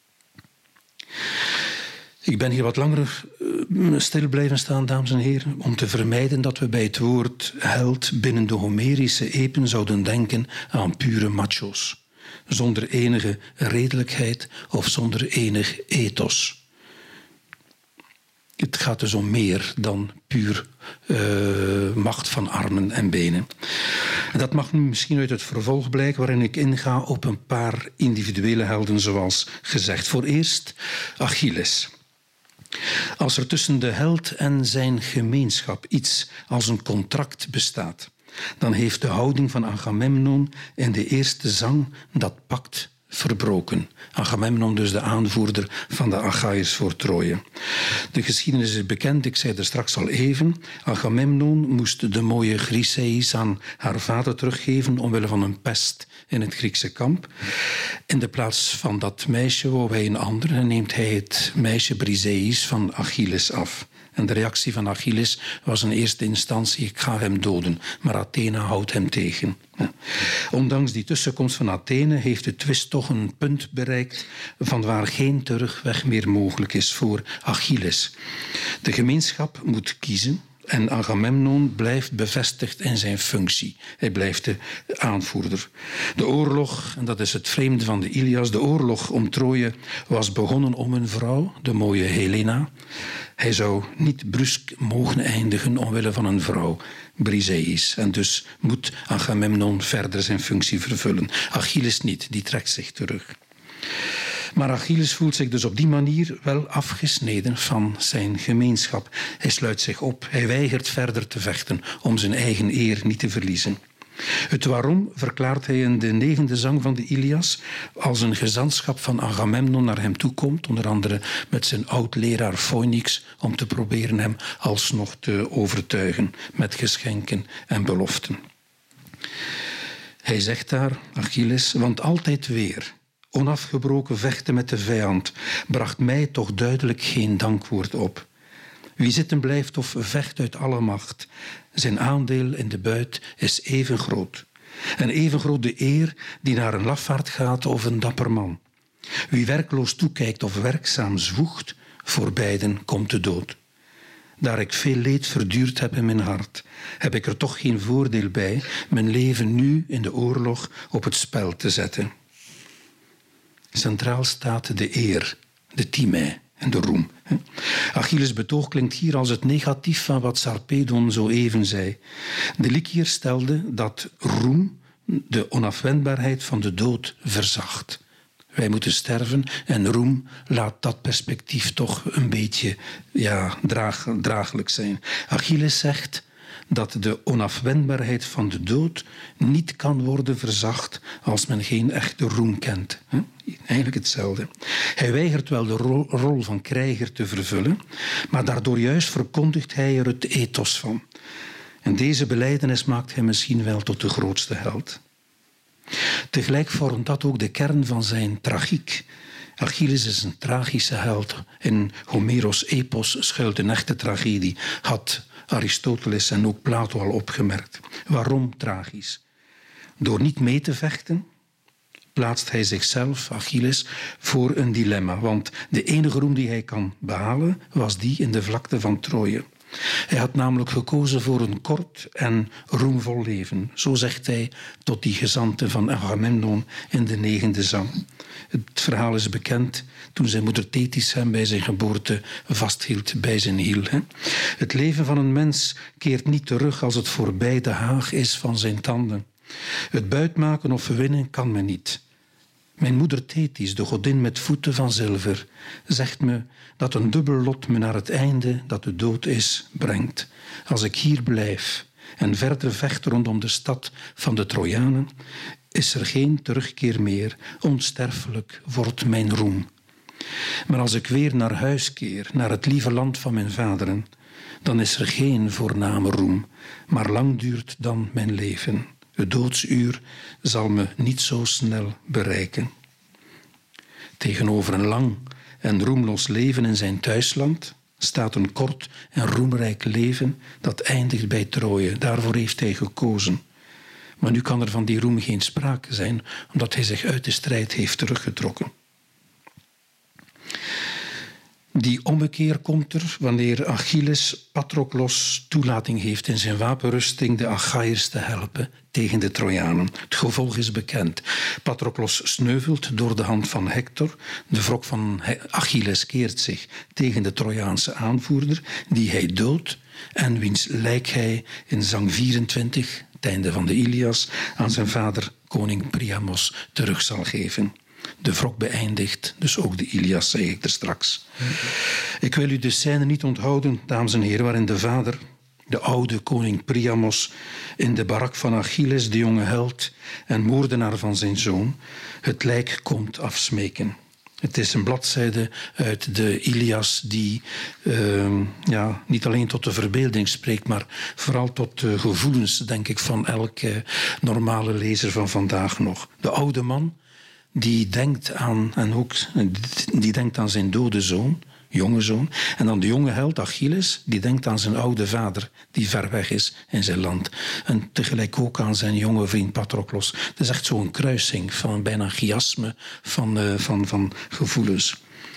Ik ben hier wat langer stil blijven staan, dames en heren, om te vermijden dat we bij het woord held binnen de Homerische epen zouden denken aan pure macho's, zonder enige redelijkheid of zonder enig ethos. Het gaat dus om meer dan puur macht van armen en benen. En dat mag nu misschien uit het vervolg blijken, waarin ik inga op een paar individuele helden, zoals gezegd. Voor eerst Achilles. Als er tussen de held en zijn gemeenschap iets als een contract bestaat, dan heeft de houding van Agamemnon in de eerste zang dat pact verbroken. Agamemnon, dus de aanvoerder van de Achaïërs voor Troje. De geschiedenis is bekend, ik zei er straks al even. Agamemnon moest de mooie Chryseis aan haar vader teruggeven omwille van een pest in het Griekse kamp. In de plaats van dat meisje wou hij een ander en neemt hij het meisje Briseis van Achilles af. En de reactie van Achilles was in eerste instantie: ik ga hem doden. Maar Athene houdt hem tegen. Ondanks die tussenkomst van Athene heeft de twist toch een punt bereikt van waar geen terugweg meer mogelijk is voor Achilles. De gemeenschap moet kiezen en Agamemnon blijft bevestigd in zijn functie. Hij blijft de aanvoerder. De oorlog, en dat is het vreemde van de Ilias, de oorlog om Troje was begonnen om een vrouw, de mooie Helena. Hij zou niet brusk mogen eindigen omwille van een vrouw, Briseis. En dus moet Agamemnon verder zijn functie vervullen. Achilles niet, die trekt zich terug. Maar Achilles voelt zich dus op die manier wel afgesneden van zijn gemeenschap. Hij sluit zich op, hij weigert verder te vechten om zijn eigen eer niet te verliezen. Het waarom verklaart hij in de 9e zang van de Ilias, als een gezantschap van Agamemnon naar hem toekomt, onder andere met zijn oud-leraar Phoenix, om te proberen hem alsnog te overtuigen met geschenken en beloften. Hij zegt daar, Achilles, want altijd weer, onafgebroken vechten met de vijand, bracht mij toch duidelijk geen dankwoord op. Wie zitten blijft of vecht uit alle macht, zijn aandeel in de buit is even groot. En even groot de eer die naar een lafaard gaat of een dapper man. Wie werkloos toekijkt of werkzaam zwoegt, voor beiden komt de dood. Daar ik veel leed verduurd heb in mijn hart, heb ik er toch geen voordeel bij mijn leven nu in de oorlog op het spel te zetten. Centraal staat de eer, de timē en de roem. Achilles' betoog klinkt hier als het negatief van wat Sarpedon zo even zei. De Lyciër stelde dat roem de onafwendbaarheid van de dood verzacht. Wij moeten sterven en roem laat dat perspectief toch een beetje draaglijk zijn. Achilles zegt dat de onafwendbaarheid van de dood niet kan worden verzacht als men geen echte roem kent. Eigenlijk hetzelfde. Hij weigert wel de rol van krijger te vervullen, maar daardoor juist verkondigt hij er het ethos van. En deze belijdenis maakt hem misschien wel tot de grootste held. Tegelijk vormt dat ook de kern van zijn tragiek. Achilles is een tragische held. In Homeros' epos schuilt een echte tragedie, had Aristoteles en ook Plato al opgemerkt. Waarom tragisch? Door niet mee te vechten plaatst hij zichzelf, Achilles, voor een dilemma. Want de enige roem die hij kan behalen was die in de vlakte van Troje. Hij had namelijk gekozen voor een kort en roemvol leven. Zo zegt hij tot die gezanten van Agamemnon in de 9e zang. Het verhaal is bekend toen zijn moeder Thetis hem bij zijn geboorte vasthield bij zijn hiel. Het leven van een mens keert niet terug als het voorbij de haag is van zijn tanden. Het buitmaken of winnen kan men niet. Mijn moeder Thetis, de godin met voeten van zilver, zegt me dat een dubbel lot me naar het einde dat de dood is, brengt. Als ik hier blijf en verder vecht rondom de stad van de Trojanen, is er geen terugkeer meer, onsterfelijk wordt mijn roem. Maar als ik weer naar huis keer, naar het lieve land van mijn vaderen, dan is er geen voorname roem, maar lang duurt dan mijn leven. Het doodsuur zal me niet zo snel bereiken. Tegenover een lang en roemloos leven in zijn thuisland staat een kort en roemrijk leven dat eindigt bij Troje. Daarvoor heeft hij gekozen. Maar nu kan er van die roem geen sprake zijn, omdat hij zich uit de strijd heeft teruggetrokken. Die ommekeer komt er wanneer Achilles Patroklos toelating heeft in zijn wapenrusting de Achaïërs te helpen tegen de Trojanen. Het gevolg is bekend. Patroklos sneuvelt door de hand van Hector. De wrok van Achilles keert zich tegen de Trojaanse aanvoerder, die hij doodt en wiens lijk hij in zang 24, het einde van de Ilias, aan zijn vader koning Priamos terug zal geven. De wrok beëindigt dus ook de Ilias, zei ik er straks. Ik wil u de scène niet onthouden, dames en heren, waarin de vader, de oude koning Priamos, in de barak van Achilles, de jonge held en moordenaar van zijn zoon, het lijk komt afsmeken. Het is een bladzijde uit de Ilias die niet alleen tot de verbeelding spreekt, maar vooral tot de gevoelens, denk ik, van elke normale lezer van vandaag nog. De oude man die denkt aan zijn dode zoon, jonge zoon. En dan de jonge held Achilles, die denkt aan zijn oude vader, die ver weg is in zijn land. En tegelijk ook aan zijn jonge vriend Patroklos. Het is echt zo'n kruising van bijna een chiasme van gevoelens.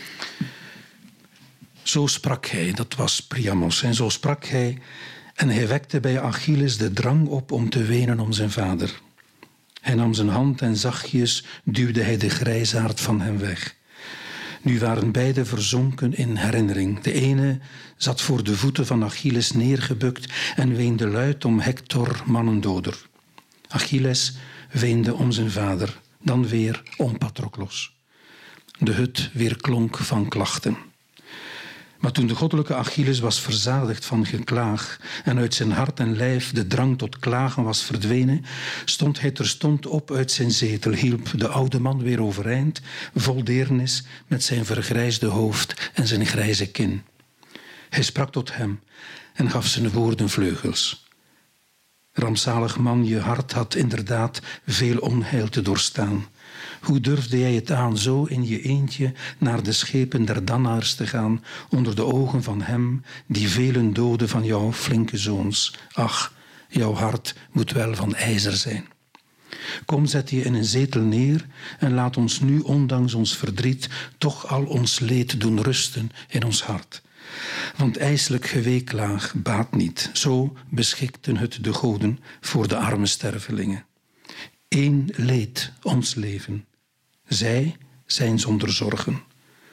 Zo sprak hij, dat was Priamos. En zo sprak hij en hij wekte bij Achilles de drang op om te wenen om zijn vader. Hij nam zijn hand en zachtjes duwde hij de grijsaard van hem weg. Nu waren beiden verzonken in herinnering. De ene zat voor de voeten van Achilles neergebukt en weende luid om Hector, mannendoder. Achilles weende om zijn vader, dan weer om Patroklos. De hut weerklonk van klachten. Maar toen de goddelijke Achilles was verzadigd van geklaag en uit zijn hart en lijf de drang tot klagen was verdwenen, stond hij terstond op uit zijn zetel, hielp de oude man weer overeind, vol deernis met zijn vergrijsde hoofd en zijn grijze kin. Hij sprak tot hem en gaf zijn woorden vleugels. Rampzalig man, je hart had inderdaad veel onheil te doorstaan. Hoe durfde jij het aan zo in je eentje naar de schepen der Dannaars te gaan, onder de ogen van hem die velen doodde van jouw flinke zoons? Ach, jouw hart moet wel van ijzer zijn. Kom, zet je in een zetel neer en laat ons nu, ondanks ons verdriet, toch al ons leed doen rusten in ons hart. Want ijselijk geweeklaag baat niet, zo beschikten het de goden voor de arme stervelingen. Eén leed ons leven, zij zijn zonder zorgen.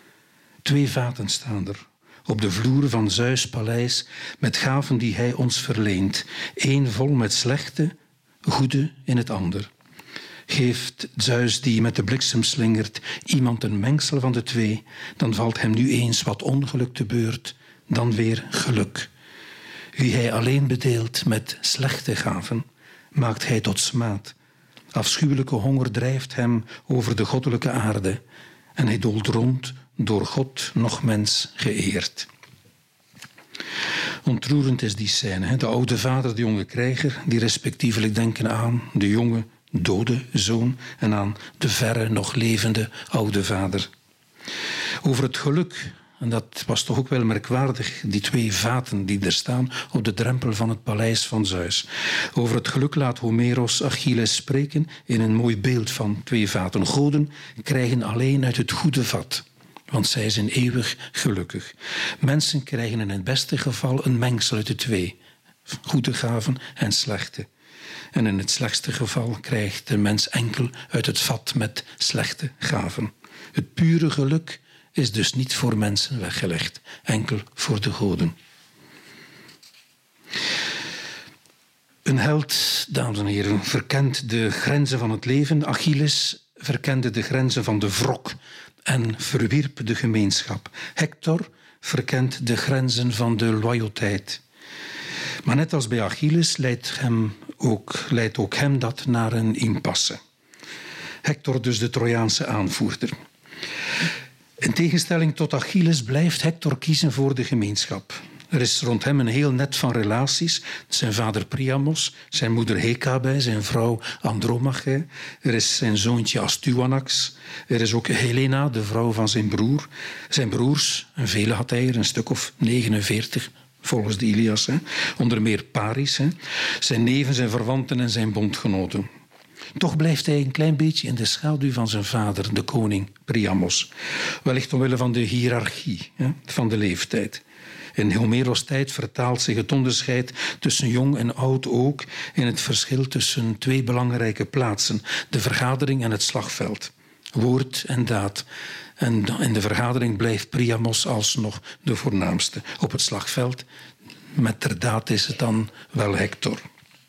2 vaten staan er, op de vloer van Zeus' paleis, met gaven die hij ons verleent. 1 vol met slechte, goede in het ander. Geeft Zeus die met de bliksem slingert iemand een mengsel van de 2, dan valt hem nu eens wat ongeluk te beurt, dan weer geluk. Wie hij alleen bedeelt met slechte gaven, maakt hij tot smaad. Afschuwelijke honger drijft hem over de goddelijke aarde en hij doolt rond, door God nog mens geëerd. Ontroerend is die scène. De oude vader, de jonge krijger, die respectievelijk denken aan de jonge, dode zoon en aan de verre, nog levende oude vader. Over het geluk, en dat was toch ook wel merkwaardig, die 2 vaten die er staan op de drempel van het paleis van Zeus. Over het geluk laat Homeros Achilles spreken in een mooi beeld van 2 vaten. Goden krijgen alleen uit het goede vat, want zij zijn eeuwig gelukkig. Mensen krijgen in het beste geval een mengsel uit de 2, goede gaven en slechte. En in het slechtste geval krijgt de mens enkel uit het vat met slechte gaven. Het pure geluk is dus niet voor mensen weggelegd, enkel voor de goden. Een held, dames en heren, verkent de grenzen van het leven. Achilles verkende de grenzen van de wrok en verwierp de gemeenschap. Hector verkent de grenzen van de loyaliteit. Maar net als bij Achilles leidt ook hem dat naar een impasse. Hector dus de Trojaanse aanvoerder. In tegenstelling tot Achilles blijft Hector kiezen voor de gemeenschap. Er is rond hem een heel net van relaties. Zijn vader Priamos, zijn moeder Hekabe, zijn vrouw Andromache. Er is zijn zoontje Astyanax. Er is ook Helena, de vrouw van zijn broer. Zijn broers, en vele had hij er, een stuk of 49, volgens de Ilias. Onder meer Paris. Zijn neven, zijn verwanten en zijn bondgenoten. Toch blijft hij een klein beetje in de schaduw van zijn vader, de koning Priamos. Wellicht omwille van de hiërarchie van de leeftijd. In Homeros' tijd vertaalt zich het onderscheid tussen jong en oud ook in het verschil tussen twee belangrijke plaatsen, de vergadering en het slagveld. Woord en daad. En in de vergadering blijft Priamos alsnog de voornaamste. Op het slagveld, met ter daad, is het dan wel Hector.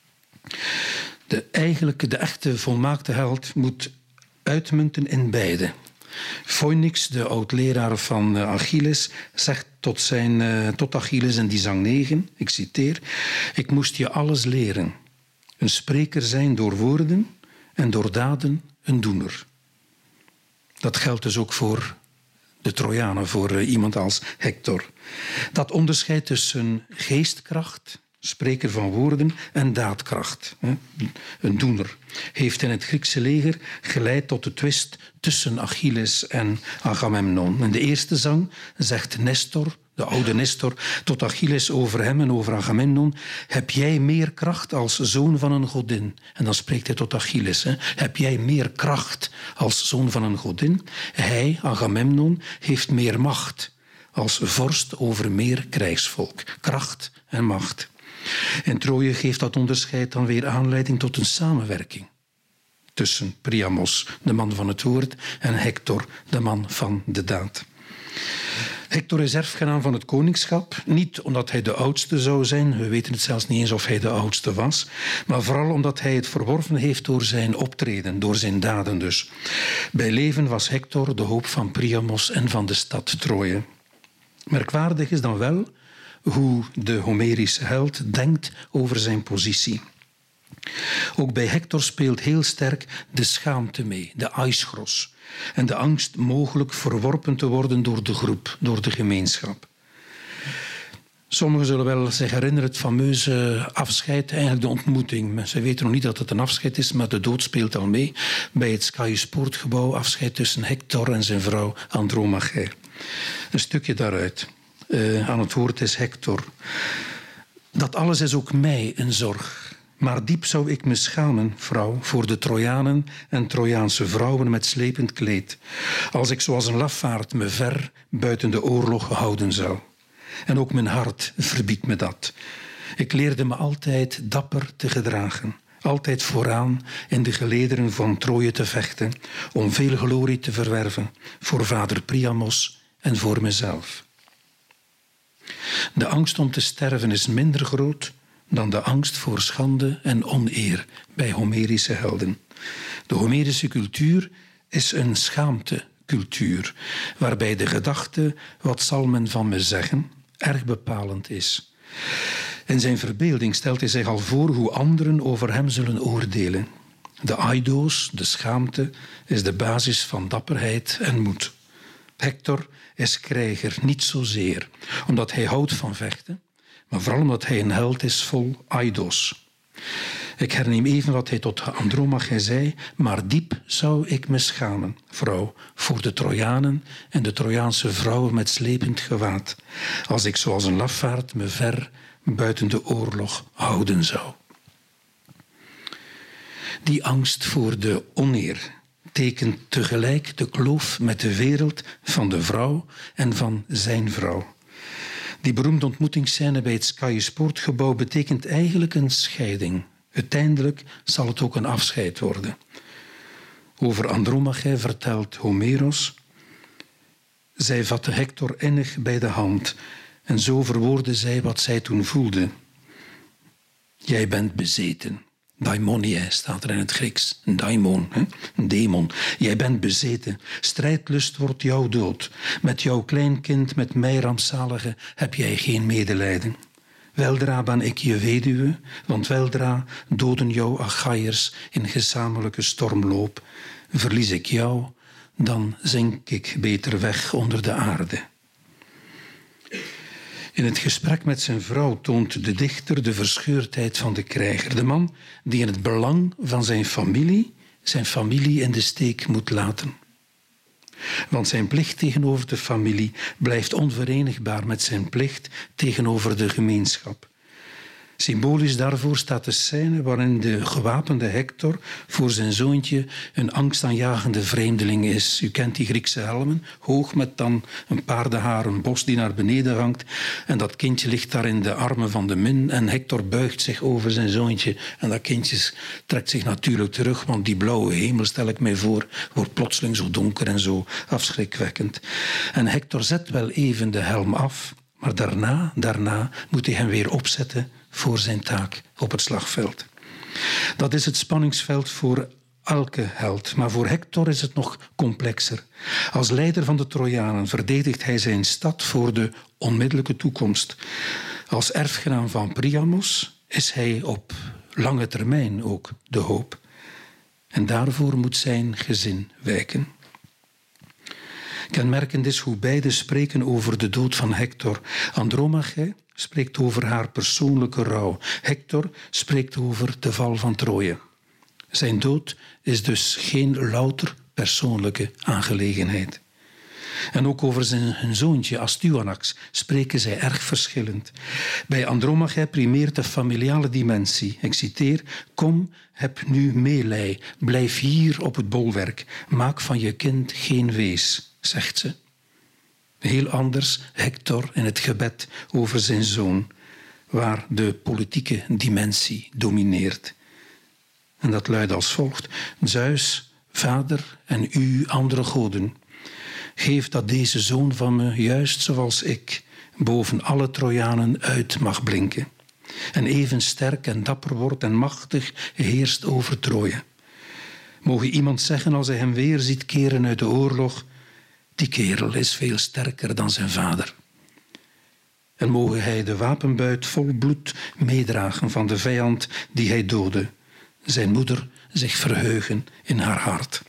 De echte volmaakte held moet uitmunten in beide. Phoenix, de oud-leraar van Achilles, zegt tot Achilles in die zang 9, ik citeer: ik moest je alles leren. Een spreker zijn door woorden en door daden een doener. Dat geldt dus ook voor de Trojanen, voor iemand als Hector. Dat onderscheid tussen geestkracht, spreker van woorden, en daadkracht, een doener, heeft in het Griekse leger geleid tot de twist tussen Achilles en Agamemnon. In de eerste zang zegt Nestor, de oude Nestor, tot Achilles over hem en over Agamemnon: heb jij meer kracht als zoon van een godin? En dan spreekt hij tot Achilles. Heb jij meer kracht als zoon van een godin? Hij, Agamemnon, heeft meer macht als vorst over meer krijgsvolk. Kracht en macht. In Troje geeft dat onderscheid dan weer aanleiding tot een samenwerking tussen Priamos, de man van het woord, en Hector, de man van de daad. Hector is erfgenaam van het koningschap, niet omdat hij de oudste zou zijn, we weten het zelfs niet eens of hij de oudste was, maar vooral omdat hij het verworven heeft door zijn optreden, door zijn daden dus. Bij leven was Hector de hoop van Priamos en van de stad Troje. Merkwaardig is dan wel hoe de Homerische held denkt over zijn positie. Ook bij Hector speelt heel sterk de schaamte mee, de aischros, en de angst mogelijk verworpen te worden door de groep, door de gemeenschap. Sommigen zullen wel zich herinneren het fameuze afscheid, eigenlijk de ontmoeting. Ze weten nog niet dat het een afscheid is, maar de dood speelt al mee. Bij het Scaeus Poortgebouw, afscheid tussen Hector en zijn vrouw Andromache. Een stukje daaruit. Aan het woord is Hector. Dat alles is ook mij een zorg. Maar diep zou ik me schamen, vrouw, voor de Trojanen en Trojaanse vrouwen met slepend kleed, als ik zoals een lafaard me ver buiten de oorlog houden zou. En ook mijn hart verbiedt me dat. Ik leerde me altijd dapper te gedragen, altijd vooraan in de gelederen van Troje te vechten, om veel glorie te verwerven voor vader Priamos en voor mezelf. De angst om te sterven is minder groot dan de angst voor schande en oneer bij Homerische helden. De Homerische cultuur is een schaamtecultuur, waarbij de gedachte, wat zal men van me zeggen, erg bepalend is. In zijn verbeelding stelt hij zich al voor hoe anderen over hem zullen oordelen. De aidos, de schaamte, is de basis van dapperheid en moed. Hector is krijger, niet zozeer omdat hij houdt van vechten, maar vooral omdat hij een held is vol aidos. Ik herneem even wat hij tot Andromache zei: maar diep zou ik me schamen, vrouw, voor de Trojanen en de Trojaanse vrouwen met slepend gewaad, als ik zoals een lafaard me ver buiten de oorlog houden zou. Die angst voor de oneer tekent tegelijk de kloof met de wereld van de vrouw en van zijn vrouw. Die beroemde ontmoetingsscène bij het Scaeus Poortgebouw betekent eigenlijk een scheiding. Uiteindelijk zal het ook een afscheid worden. Over Andromache vertelt Homeros: zij vatte Hector innig bij de hand en zo verwoordde zij wat zij toen voelde. Jij bent bezeten. Daimonie staat er in het Grieks. Een daimon, een demon. Jij bent bezeten. Strijdlust wordt jouw dood. Met jouw kleinkind, met mij rampzalige, heb jij geen medelijden. Weldra ben ik je weduwe, want weldra doden jou Achaiërs in gezamenlijke stormloop. Verlies ik jou, dan zink ik beter weg onder de aarde. In het gesprek met zijn vrouw toont de dichter de verscheurdheid van de krijger. De man die in het belang van zijn familie in de steek moet laten. Want zijn plicht tegenover de familie blijft onverenigbaar met zijn plicht tegenover de gemeenschap. Symbolisch daarvoor staat de scène waarin de gewapende Hector voor zijn zoontje een angstaanjagende vreemdeling is. U kent die Griekse helmen, hoog met dan een paardenharen bos die naar beneden hangt. En dat kindje ligt daar in de armen van de min en Hector buigt zich over zijn zoontje. En dat kindje trekt zich natuurlijk terug, want die blauwe hemel, stel ik mij voor, wordt plotseling zo donker en zo afschrikwekkend. En Hector zet wel even de helm af, maar daarna moet hij hem weer opzetten voor zijn taak op het slagveld. Dat is het spanningsveld voor elke held, maar voor Hector is het nog complexer. Als leider van de Trojanen verdedigt hij zijn stad voor de onmiddellijke toekomst. Als erfgenaam van Priamos is hij op lange termijn ook de hoop. En daarvoor moet zijn gezin wijken. Kenmerkend is hoe beiden spreken over de dood van Hector. Andromache spreekt over haar persoonlijke rouw. Hector spreekt over de val van Troje. Zijn dood is dus geen louter persoonlijke aangelegenheid. En ook over zijn zoontje Astyanax spreken zij erg verschillend. Bij Andromache primeert de familiale dimensie. Ik citeer: kom, heb nu meelij, blijf hier op het bolwerk, maak van je kind geen wees, zegt ze. Heel anders Hector in het gebed over zijn zoon, waar de politieke dimensie domineert. En dat luidt als volgt: Zeus, vader en u andere goden, geef dat deze zoon van me, juist zoals ik, boven alle Trojanen uit mag blinken. En even sterk en dapper wordt en machtig heerst over Troje. Moge iemand zeggen als hij hem weer ziet keren uit de oorlog: die kerel is veel sterker dan zijn vader. En moge hij de wapenbuit vol bloed meedragen van de vijand die hij doodde. Zijn moeder zich verheugen in haar hart.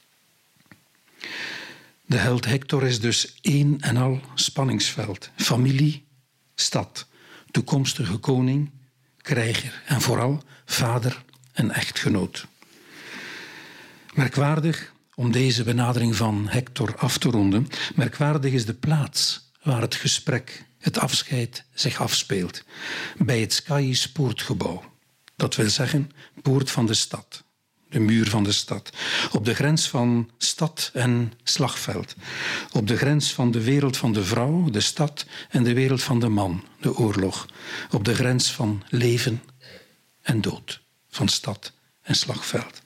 De held Hector is dus één en al spanningsveld. Familie, stad, toekomstige koning, krijger en vooral vader en echtgenoot. Merkwaardig, om deze benadering van Hector af te ronden, merkwaardig is de plaats waar het gesprek, het afscheid, zich afspeelt. Bij het Skaiïs poortgebouw. Dat wil zeggen, poort van de stad. De muur van de stad. Op de grens van stad en slagveld. Op de grens van de wereld van de vrouw, de stad, en de wereld van de man, de oorlog. Op de grens van leven en dood, van stad en slagveld.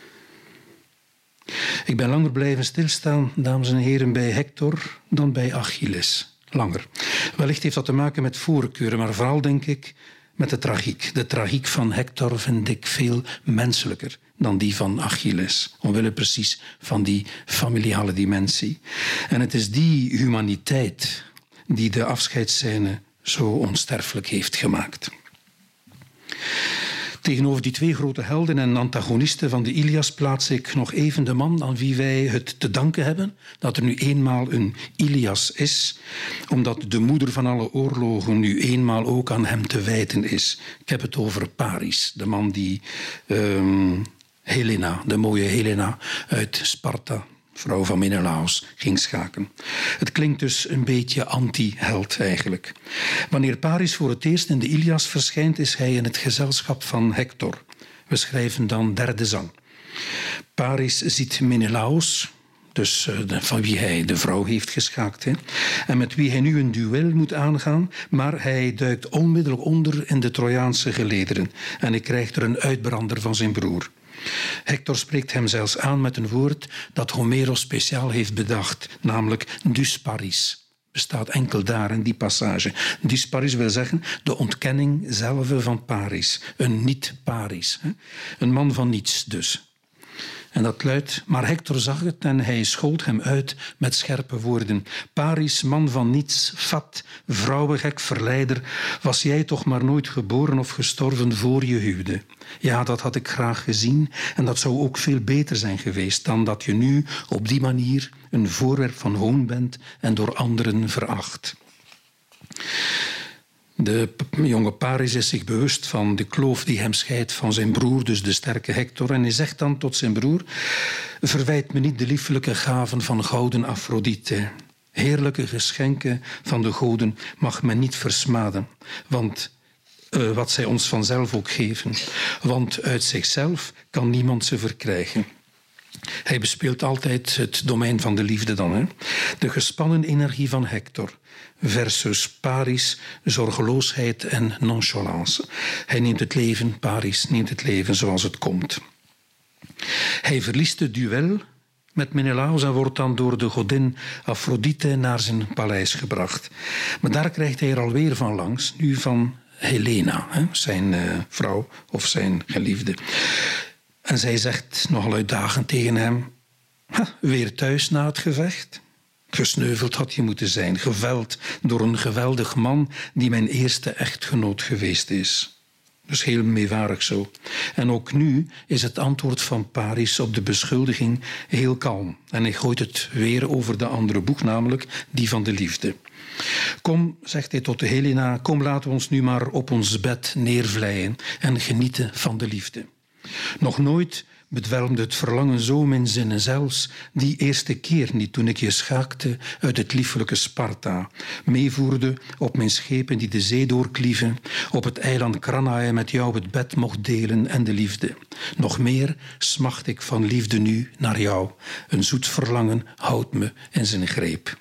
Ik ben langer blijven stilstaan, dames en heren, bij Hector dan bij Achilles. Langer. Wellicht heeft dat te maken met voorkeuren, maar vooral denk ik met de tragiek. De tragiek van Hector vind ik veel menselijker dan die van Achilles. Omwille precies van die familiale dimensie. En het is die humaniteit die de afscheidsscène zo onsterfelijk heeft gemaakt. Tegenover die twee grote helden en antagonisten van de Ilias plaats ik nog even de man aan wie wij het te danken hebben dat er nu eenmaal een Ilias is, omdat de moeder van alle oorlogen nu eenmaal ook aan hem te wijten is. Ik heb het over Paris, de man die Helena, de mooie Helena uit Sparta, vrouw van Menelaos, ging schaken. Het klinkt dus een beetje anti-held eigenlijk. Wanneer Paris voor het eerst in de Ilias verschijnt, is hij in het gezelschap van Hector. We schrijven dan derde zang. Paris ziet Menelaos, dus van wie hij de vrouw heeft geschaakt, en met wie hij nu een duel moet aangaan, maar hij duikt onmiddellijk onder in de Trojaanse gelederen en hij krijgt er een uitbrander van zijn broer. Hector spreekt hem zelfs aan met een woord dat Homeros speciaal heeft bedacht, namelijk dysparis. Bestaat enkel daar in die passage. Dysparis wil zeggen de ontkenning zelf van Paris. Een niet-Paris. Een man van niets dus. En dat luidt: maar Hector zag het en hij schold hem uit met scherpe woorden. Paris, man van niets, fat, vrouwengek, verleider, was jij toch maar nooit geboren of gestorven voor je huwde. Ja, dat had ik graag gezien en dat zou ook veel beter zijn geweest dan dat je nu op die manier een voorwerp van hoon bent en door anderen veracht. De jonge Paris is zich bewust van de kloof die hem scheidt van zijn broer, dus de sterke Hector. En hij zegt dan tot zijn broer: verwijt me niet de liefelijke gaven van gouden Afrodite. Heerlijke geschenken van de goden mag men niet versmaden. Want wat zij ons vanzelf ook geven. Want uit zichzelf kan niemand ze verkrijgen. Hij bespeelt altijd het domein van de liefde dan. Hè? De gespannen energie van Hector versus Paris, zorgeloosheid en nonchalance. Hij neemt het leven, Paris neemt het leven zoals het komt. Hij verliest het duel met Menelaos en wordt dan door de godin Afrodite naar zijn paleis gebracht. Maar daar krijgt hij er alweer van langs, nu van Helena, zijn vrouw of zijn geliefde. En zij zegt nogal uitdagend tegen hem: weer thuis na het gevecht? Gesneuveld had je moeten zijn, geveld door een geweldig man die mijn eerste echtgenoot geweest is. Dus heel meewarig zo. En ook nu is het antwoord van Paris op de beschuldiging heel kalm. En hij gooit het weer over de andere boeg, namelijk die van de liefde. Kom, zegt hij tot de Helena, kom laten we ons nu maar op ons bed neervlijen en genieten van de liefde. Nog nooit bedwelmde het verlangen zo mijn zinnen, zelfs die eerste keer niet toen ik je schaakte uit het liefelijke Sparta, meevoerde op mijn schepen die de zee doorklieven, op het eiland Cranae met jou het bed mocht delen en de liefde. Nog meer smacht ik van liefde nu naar jou. Een zoet verlangen houdt me in zijn greep.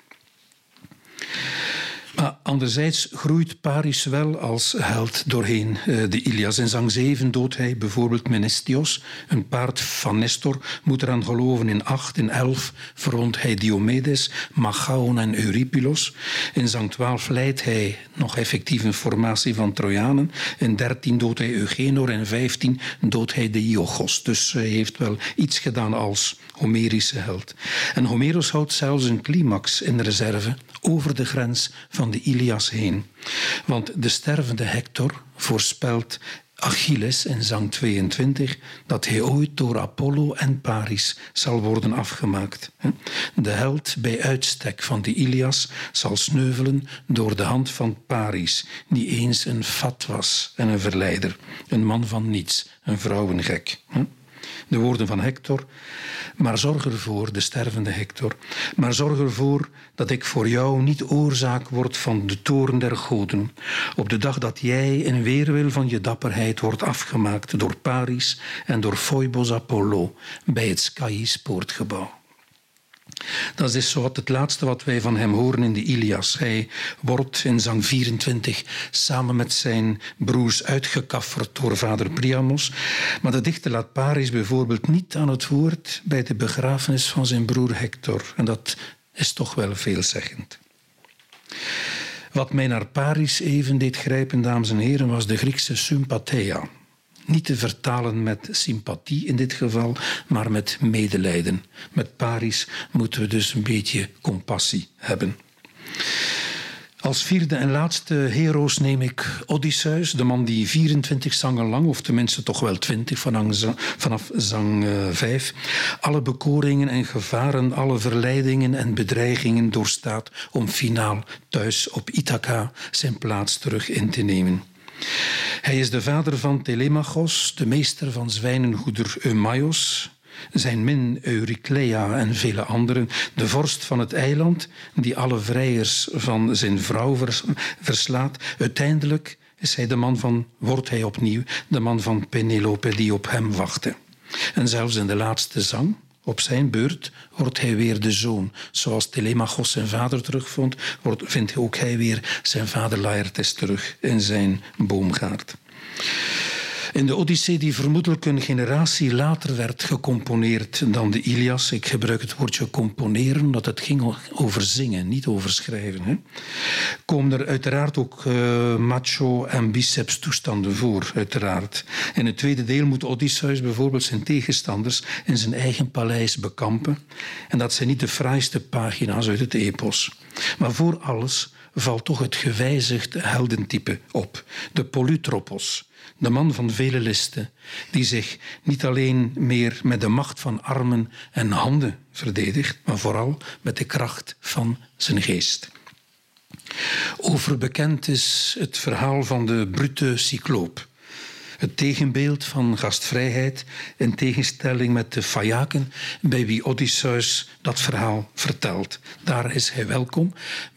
Maar anderzijds groeit Paris wel als held doorheen de Ilias. In zang 7 doodt hij bijvoorbeeld Mnestheos, een paard van Nestor, moet eraan geloven. In 8, in 11 verwondt hij Diomedes, Machaon en Eurypylos. In zang 12 leidt hij nog effectief een formatie van Trojanen. In 13 doodt hij Eugenor en 15 doodt hij de Iolchos. Dus hij heeft wel iets gedaan als Homerische held. En Homerus houdt zelfs een climax in reserve over de grens van de Ilias heen. Want de stervende Hector voorspelt Achilles in zang 22 dat hij ooit door Apollo en Paris zal worden afgemaakt. De held bij uitstek van de Ilias zal sneuvelen door de hand van Paris, die eens een fat was en een verleider, een man van niets, een vrouwengek. De woorden van Hector: maar zorg ervoor, de stervende Hector, maar zorg ervoor dat ik voor jou niet oorzaak word van de toorn der goden, op de dag dat jij in weerwil van je dapperheid wordt afgemaakt door Paris en door Phoebos Apollo bij het Skaiïs poortgebouw. Dat is zowat het laatste wat wij van hem horen in de Ilias. Hij wordt in zang 24 samen met zijn broers uitgekafferd door vader Priamos. Maar de dichter laat Paris bijvoorbeeld niet aan het woord bij de begrafenis van zijn broer Hector. En dat is toch wel veelzeggend. Wat mij naar Paris even deed grijpen, dames en heren, was de Griekse sympatheia. Niet te vertalen met sympathie in dit geval, maar met medelijden. Met Paris moeten we dus een beetje compassie hebben. Als vierde en laatste heroes neem ik Odysseus, de man die 24 zangen lang, of tenminste toch wel 20 vanaf zang 5, alle bekoringen en gevaren, alle verleidingen en bedreigingen doorstaat om finaal thuis op Ithaca zijn plaats terug in te nemen. Hij is de vader van Telemachos, de meester van zwijnenhoeder Eumaios, zijn min Euryclea en vele anderen, de vorst van het eiland die alle vrijers van zijn vrouw verslaat. Uiteindelijk is hij wordt hij opnieuw de man van Penelope die op hem wachtte. En zelfs in de laatste zang, op zijn beurt, wordt hij weer de zoon. Zoals Telemachos zijn vader terugvond, vindt ook hij weer zijn vader Laertes terug in zijn boomgaard. In de Odyssee, die vermoedelijk een generatie later werd gecomponeerd dan de Ilias. Ik gebruik het woordje componeren, omdat het ging over zingen, niet over schrijven. Komen er uiteraard ook macho- en biceps toestanden voor, uiteraard. In het tweede deel moet Odysseus bijvoorbeeld zijn tegenstanders in zijn eigen paleis bekampen. En dat zijn niet de fraaiste pagina's uit het epos. Maar voor alles valt toch het gewijzigde heldentype op. De Polytropos. De man van vele listen, die zich niet alleen meer met de macht van armen en handen verdedigt, maar vooral met de kracht van zijn geest. Overbekend is het verhaal van de brute cycloop. Het tegenbeeld van gastvrijheid in tegenstelling met de Phajaken bij wie Odysseus dat verhaal vertelt. Daar is hij welkom.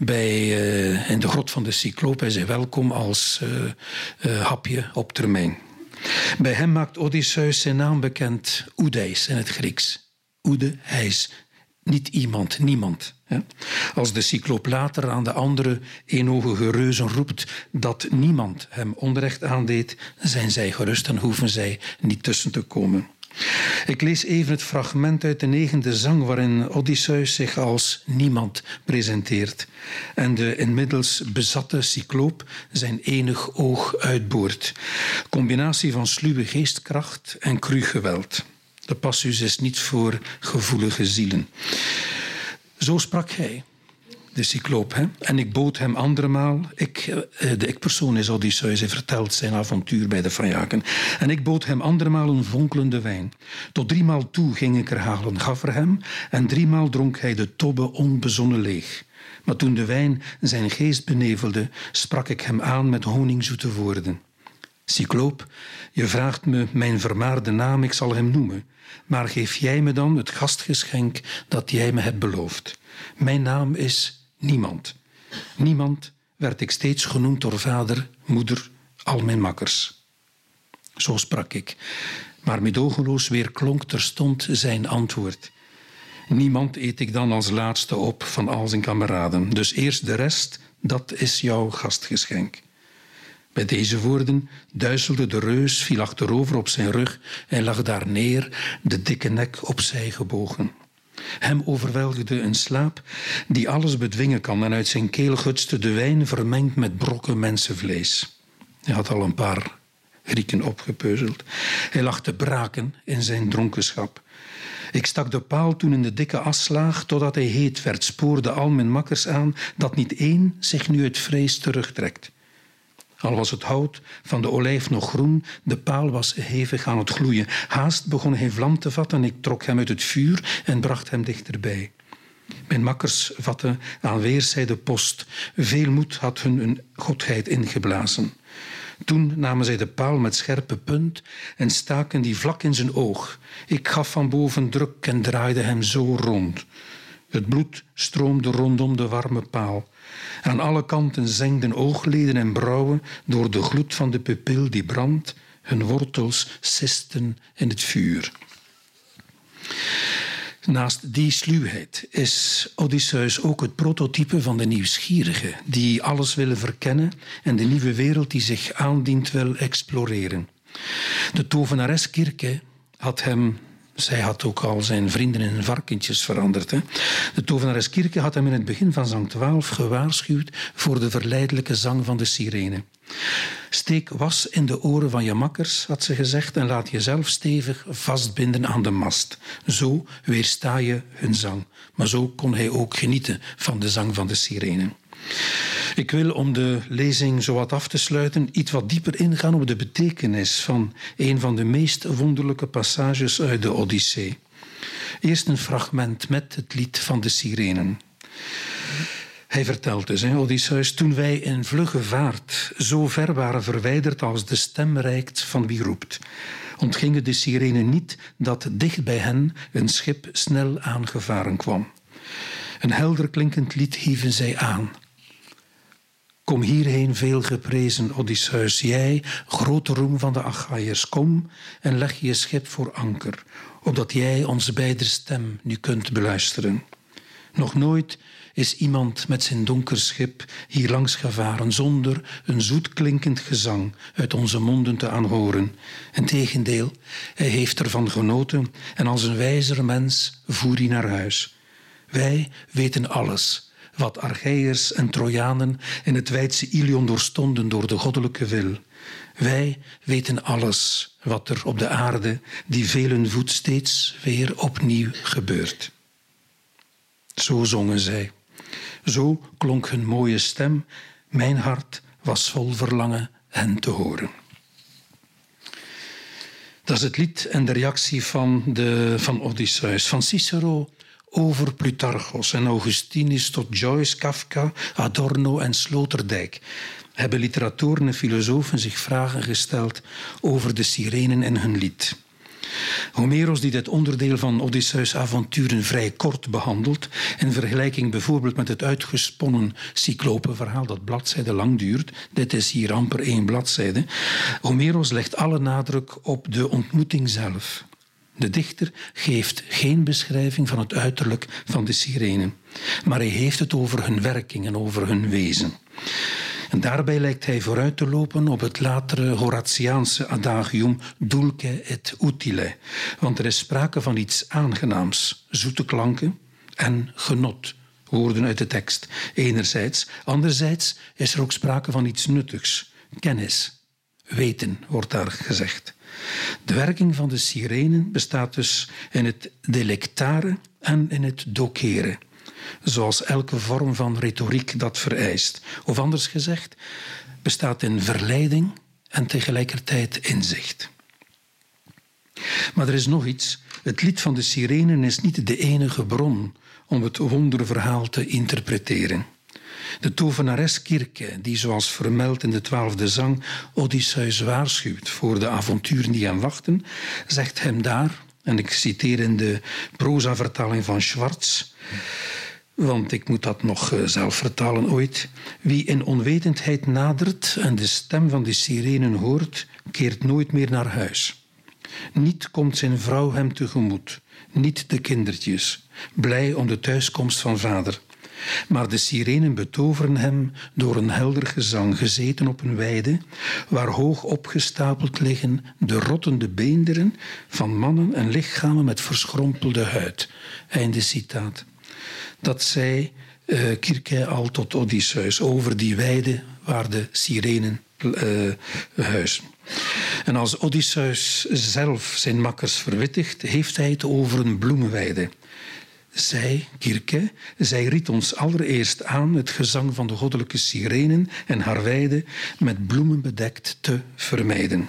In de grot van de Cycloop is hij welkom als hapje op termijn. Bij hem maakt Odysseus zijn naam bekend, Oedeis in het Grieks. Oede, hijs. Niet iemand, niemand. Als de Cycloop later aan de andere eenogige reuzen roept dat niemand hem onrecht aandeed, zijn zij gerust en hoeven zij niet tussen te komen. Ik lees even het fragment uit de 9e zang waarin Odysseus zich als niemand presenteert en de inmiddels bezatte Cycloop zijn enig oog uitboort. Combinatie van sluwe geestkracht en cru geweld. De passus is niet voor gevoelige zielen. Zo sprak hij, de Cycloop, en ik bood hem andermaal, de ik-persoon is Odysseus, hij vertelt zijn avontuur bij de Phajaken, en ik bood hem andermaal een vonkelende wijn. Tot 3 maal toe ging ik er halen, gaf er hem, en 3 maal dronk hij de tobbe onbezonnen leeg. Maar toen de wijn zijn geest benevelde, sprak ik hem aan met honingzoete woorden. Cycloop, je vraagt me mijn vermaarde naam, ik zal hem noemen. Maar geef jij me dan het gastgeschenk dat jij me hebt beloofd. Mijn naam is Niemand. Niemand werd ik steeds genoemd door vader, moeder, al mijn makkers. Zo sprak ik, maar meedogenloos weer klonk terstond zijn antwoord. Niemand eet ik dan als laatste op van al zijn kameraden. Dus eerst de rest, dat is jouw gastgeschenk. Bij deze woorden duizelde de reus, viel achterover op zijn rug en lag daar neer, de dikke nek opzij gebogen. Hem overweldigde een slaap die alles bedwingen kan en uit zijn keel gutste de wijn vermengd met brokken mensenvlees. Hij had al een paar Grieken opgepeuzeld. Hij lag te braken in zijn dronkenschap. Ik stak de paal toen in de dikke aslaag, totdat hij heet werd, spoorde al mijn makkers aan, dat niet één zich nu uit vrees terugtrekt. Al was het hout van de olijf nog groen, de paal was hevig aan het gloeien. Haast begon hij vlam te vatten en ik trok hem uit het vuur en bracht hem dichterbij. Mijn makkers vatten aan weerszijde post. Veel moed had hun een godheid ingeblazen. Toen namen zij de paal met scherpe punt en staken die vlak in zijn oog. Ik gaf van boven druk en draaide hem zo rond. Het bloed stroomde rondom de warme paal. Aan alle kanten zengden oogleden en brauwen door de gloed van de pupil die brandt. Hun wortels sisten in het vuur. Naast die sluwheid is Odysseus ook het prototype van de nieuwsgierige, die alles willen verkennen en de nieuwe wereld die zich aandient wil exploreren. De tovenares Kirke had hem... Zij had ook al zijn vrienden in varkentjes veranderd. Hè? De tovenares Kirke had hem in het begin van zang 12 gewaarschuwd voor de verleidelijke zang van de sirene. Steek was in de oren van je makkers, had ze gezegd, en laat jezelf stevig vastbinden aan de mast. Zo weersta je hun zang. Maar zo kon hij ook genieten van de zang van de sirene. Ik wil, om de lezing zo wat af te sluiten, iets wat dieper ingaan op de betekenis van een van de meest wonderlijke passages uit de Odyssee. Eerst een fragment met het lied van de sirenen. Hij vertelt dus, Odysseus, toen wij in vlugge vaart zo ver waren verwijderd als de stem reikt van wie roept, ontgingen de sirenen niet dat dicht bij hen een schip snel aangevaren kwam. Een helder klinkend lied hieven zij aan. Kom hierheen, veel geprezen Odysseus, jij, grote roem van de Achaiërs, kom en leg je schip voor anker, opdat jij onze beider stem nu kunt beluisteren. Nog nooit is iemand met zijn donker schip hier langs gevaren zonder een zoetklinkend gezang uit onze monden te aanhoren. Integendeel, hij heeft ervan genoten en als een wijzer mens voer hij naar huis. Wij weten alles wat Archaiërs en Trojanen in het wijdse Ilion doorstonden door de goddelijke wil. Wij weten alles wat er op de aarde, die velen voedt, steeds weer opnieuw gebeurt. Zo zongen zij. Zo klonk hun mooie stem. Mijn hart was vol verlangen hen te horen. Dat is het lied en de reactie van Odysseus, van Cicero over Plutarchos en Augustinus tot Joyce, Kafka, Adorno en Sloterdijk. hebben literatoren en filosofen zich vragen gesteld over de sirenen en hun lied. Homeros, die dit onderdeel van Odysseus' avonturen vrij kort behandelt, in vergelijking bijvoorbeeld met het uitgesponnen cyclopenverhaal dat bladzijden lang duurt, dit is hier amper 1 bladzijde, Homeros legt alle nadruk op de ontmoeting zelf. De dichter geeft geen beschrijving van het uiterlijk van de sirenen, maar hij heeft het over hun werking en over hun wezen. En daarbij lijkt hij vooruit te lopen op het latere Horatiaanse adagium dulce et utile, want er is sprake van iets aangenaams, zoete klanken en genot, woorden uit de tekst, enerzijds. Anderzijds is er ook sprake van iets nuttigs, kennis, weten, wordt daar gezegd. De werking van de sirenen bestaat dus in het delectare en in het docere, zoals elke vorm van retoriek dat vereist. Of anders gezegd, bestaat in verleiding en tegelijkertijd inzicht. Maar er is nog iets. Het lied van de sirenen is niet de enige bron om het wonderverhaal te interpreteren. De tovenares Kirke, die zoals vermeld in de 12e zang Odysseus waarschuwt voor de avonturen die hem wachten, zegt hem daar, en ik citeer in de proza-vertaling van Schwartz, want ik moet dat nog zelf vertalen ooit. Wie in onwetendheid nadert en de stem van de sirenen hoort, keert nooit meer naar huis. Niet komt zijn vrouw hem tegemoet, niet de kindertjes, blij om de thuiskomst van vader. Maar de sirenen betoveren hem door een helder gezang, gezeten op een weide, waar hoog opgestapeld liggen de rottende beenderen van mannen en lichamen met verschrompelde huid. Einde citaat. Dat zei Kirke al tot Odysseus over die weide waar de sirenen huizen. En als Odysseus zelf zijn makkers verwittigt, heeft hij het over een bloemenweide. Zij, Kirke, zij ried ons allereerst aan het gezang van de goddelijke sirenen en haar weide met bloemen bedekt te vermijden.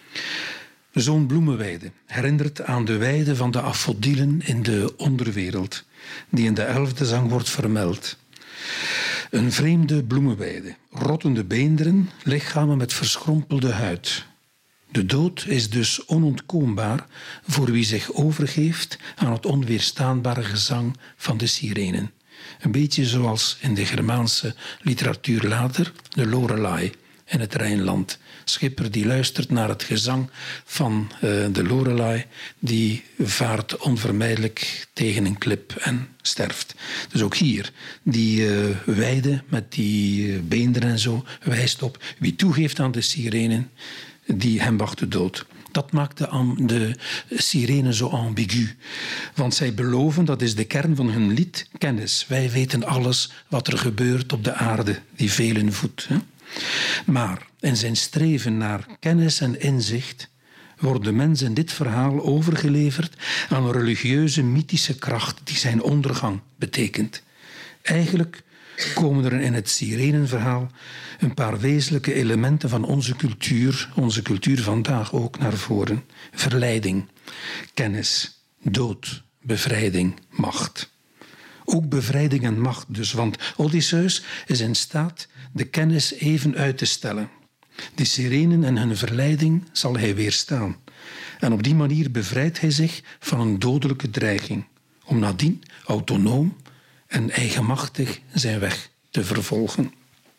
Zo'n bloemenweide herinnert aan de weide van de Afodielen in de onderwereld, die in de 11e zang wordt vermeld. Een vreemde bloemenweide, rottende beenderen, lichamen met verschrompelde huid. De dood is dus onontkoombaar voor wie zich overgeeft aan het onweerstaanbare gezang van de sirenen. Een beetje zoals in de Germaanse literatuur later, de Lorelei in het Rijnland. Schipper die luistert naar het gezang van de Lorelei, die vaart onvermijdelijk tegen een klip en sterft. Dus ook hier, die weide met die beenderen en zo, wijst op wie toegeeft aan de sirenen, die hem wacht de dood. Dat maakt de sirenen zo ambigu. Want zij beloven, dat is de kern van hun lied, kennis. Wij weten alles wat er gebeurt op de aarde, die velen voedt. Hè? Maar in zijn streven naar kennis en inzicht wordt de mens in dit verhaal overgeleverd aan een religieuze, mythische kracht die zijn ondergang betekent. Eigenlijk komen er in het sirenenverhaal een paar wezenlijke elementen van onze cultuur vandaag ook naar voren. Verleiding, kennis, dood, bevrijding, macht. Ook bevrijding en macht dus, want Odysseus is in staat de kennis even uit te stellen. De sirenen en hun verleiding zal hij weerstaan. En op die manier bevrijdt hij zich van een dodelijke dreiging, om nadien autonoom en eigenmachtig zijn weg te vervolgen.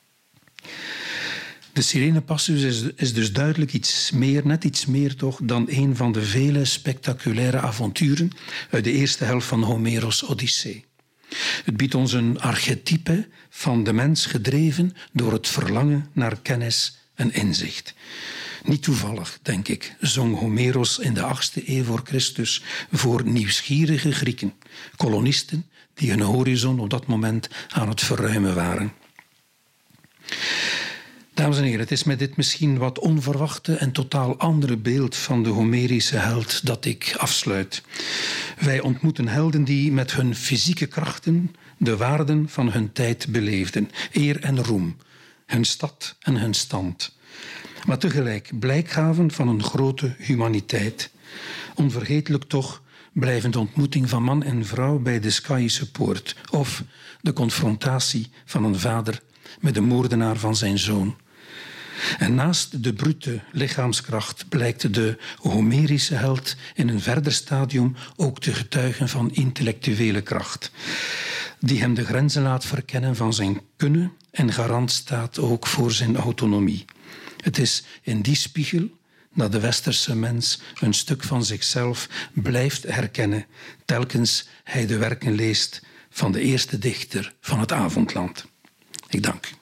De Sirenenpassus is dus duidelijk iets meer, net iets meer toch, dan een van de vele spectaculaire avonturen uit de eerste helft van Homeros' Odyssee. Het biedt ons een archetype van de mens gedreven door het verlangen naar kennis en inzicht. Niet toevallig, denk ik, zong Homeros in de 8e eeuw voor Christus voor nieuwsgierige Grieken, kolonisten die hun horizon op dat moment aan het verruimen waren. Dames en heren, het is met dit misschien wat onverwachte en totaal andere beeld van de Homerische held dat ik afsluit. Wij ontmoeten helden die met hun fysieke krachten de waarden van hun tijd beleefden, eer en roem, hun stad en hun stand, maar tegelijk blijk gaven van een grote humaniteit. Onvergetelijk toch blijven de ontmoeting van man en vrouw bij de Schaïsche poort of de confrontatie van een vader met de moordenaar van zijn zoon En naast de brute lichaamskracht blijkt de Homerische held in een verder stadium ook te getuigen van intellectuele kracht, die hem de grenzen laat verkennen van zijn kunnen en garant staat ook voor zijn autonomie. Het is in die spiegel dat de westerse mens een stuk van zichzelf blijft herkennen, telkens hij de werken leest van de eerste dichter van het avondland. Ik dank u.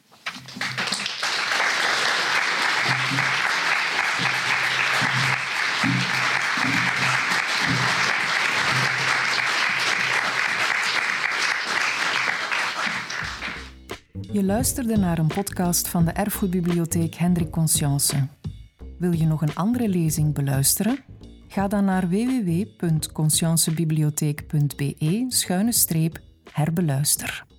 Je luisterde naar een podcast van de Erfgoedbibliotheek Hendrik Conscience. Wil je nog een andere lezing beluisteren? Ga dan naar www.consciencebibliotheek.be/herbeluister.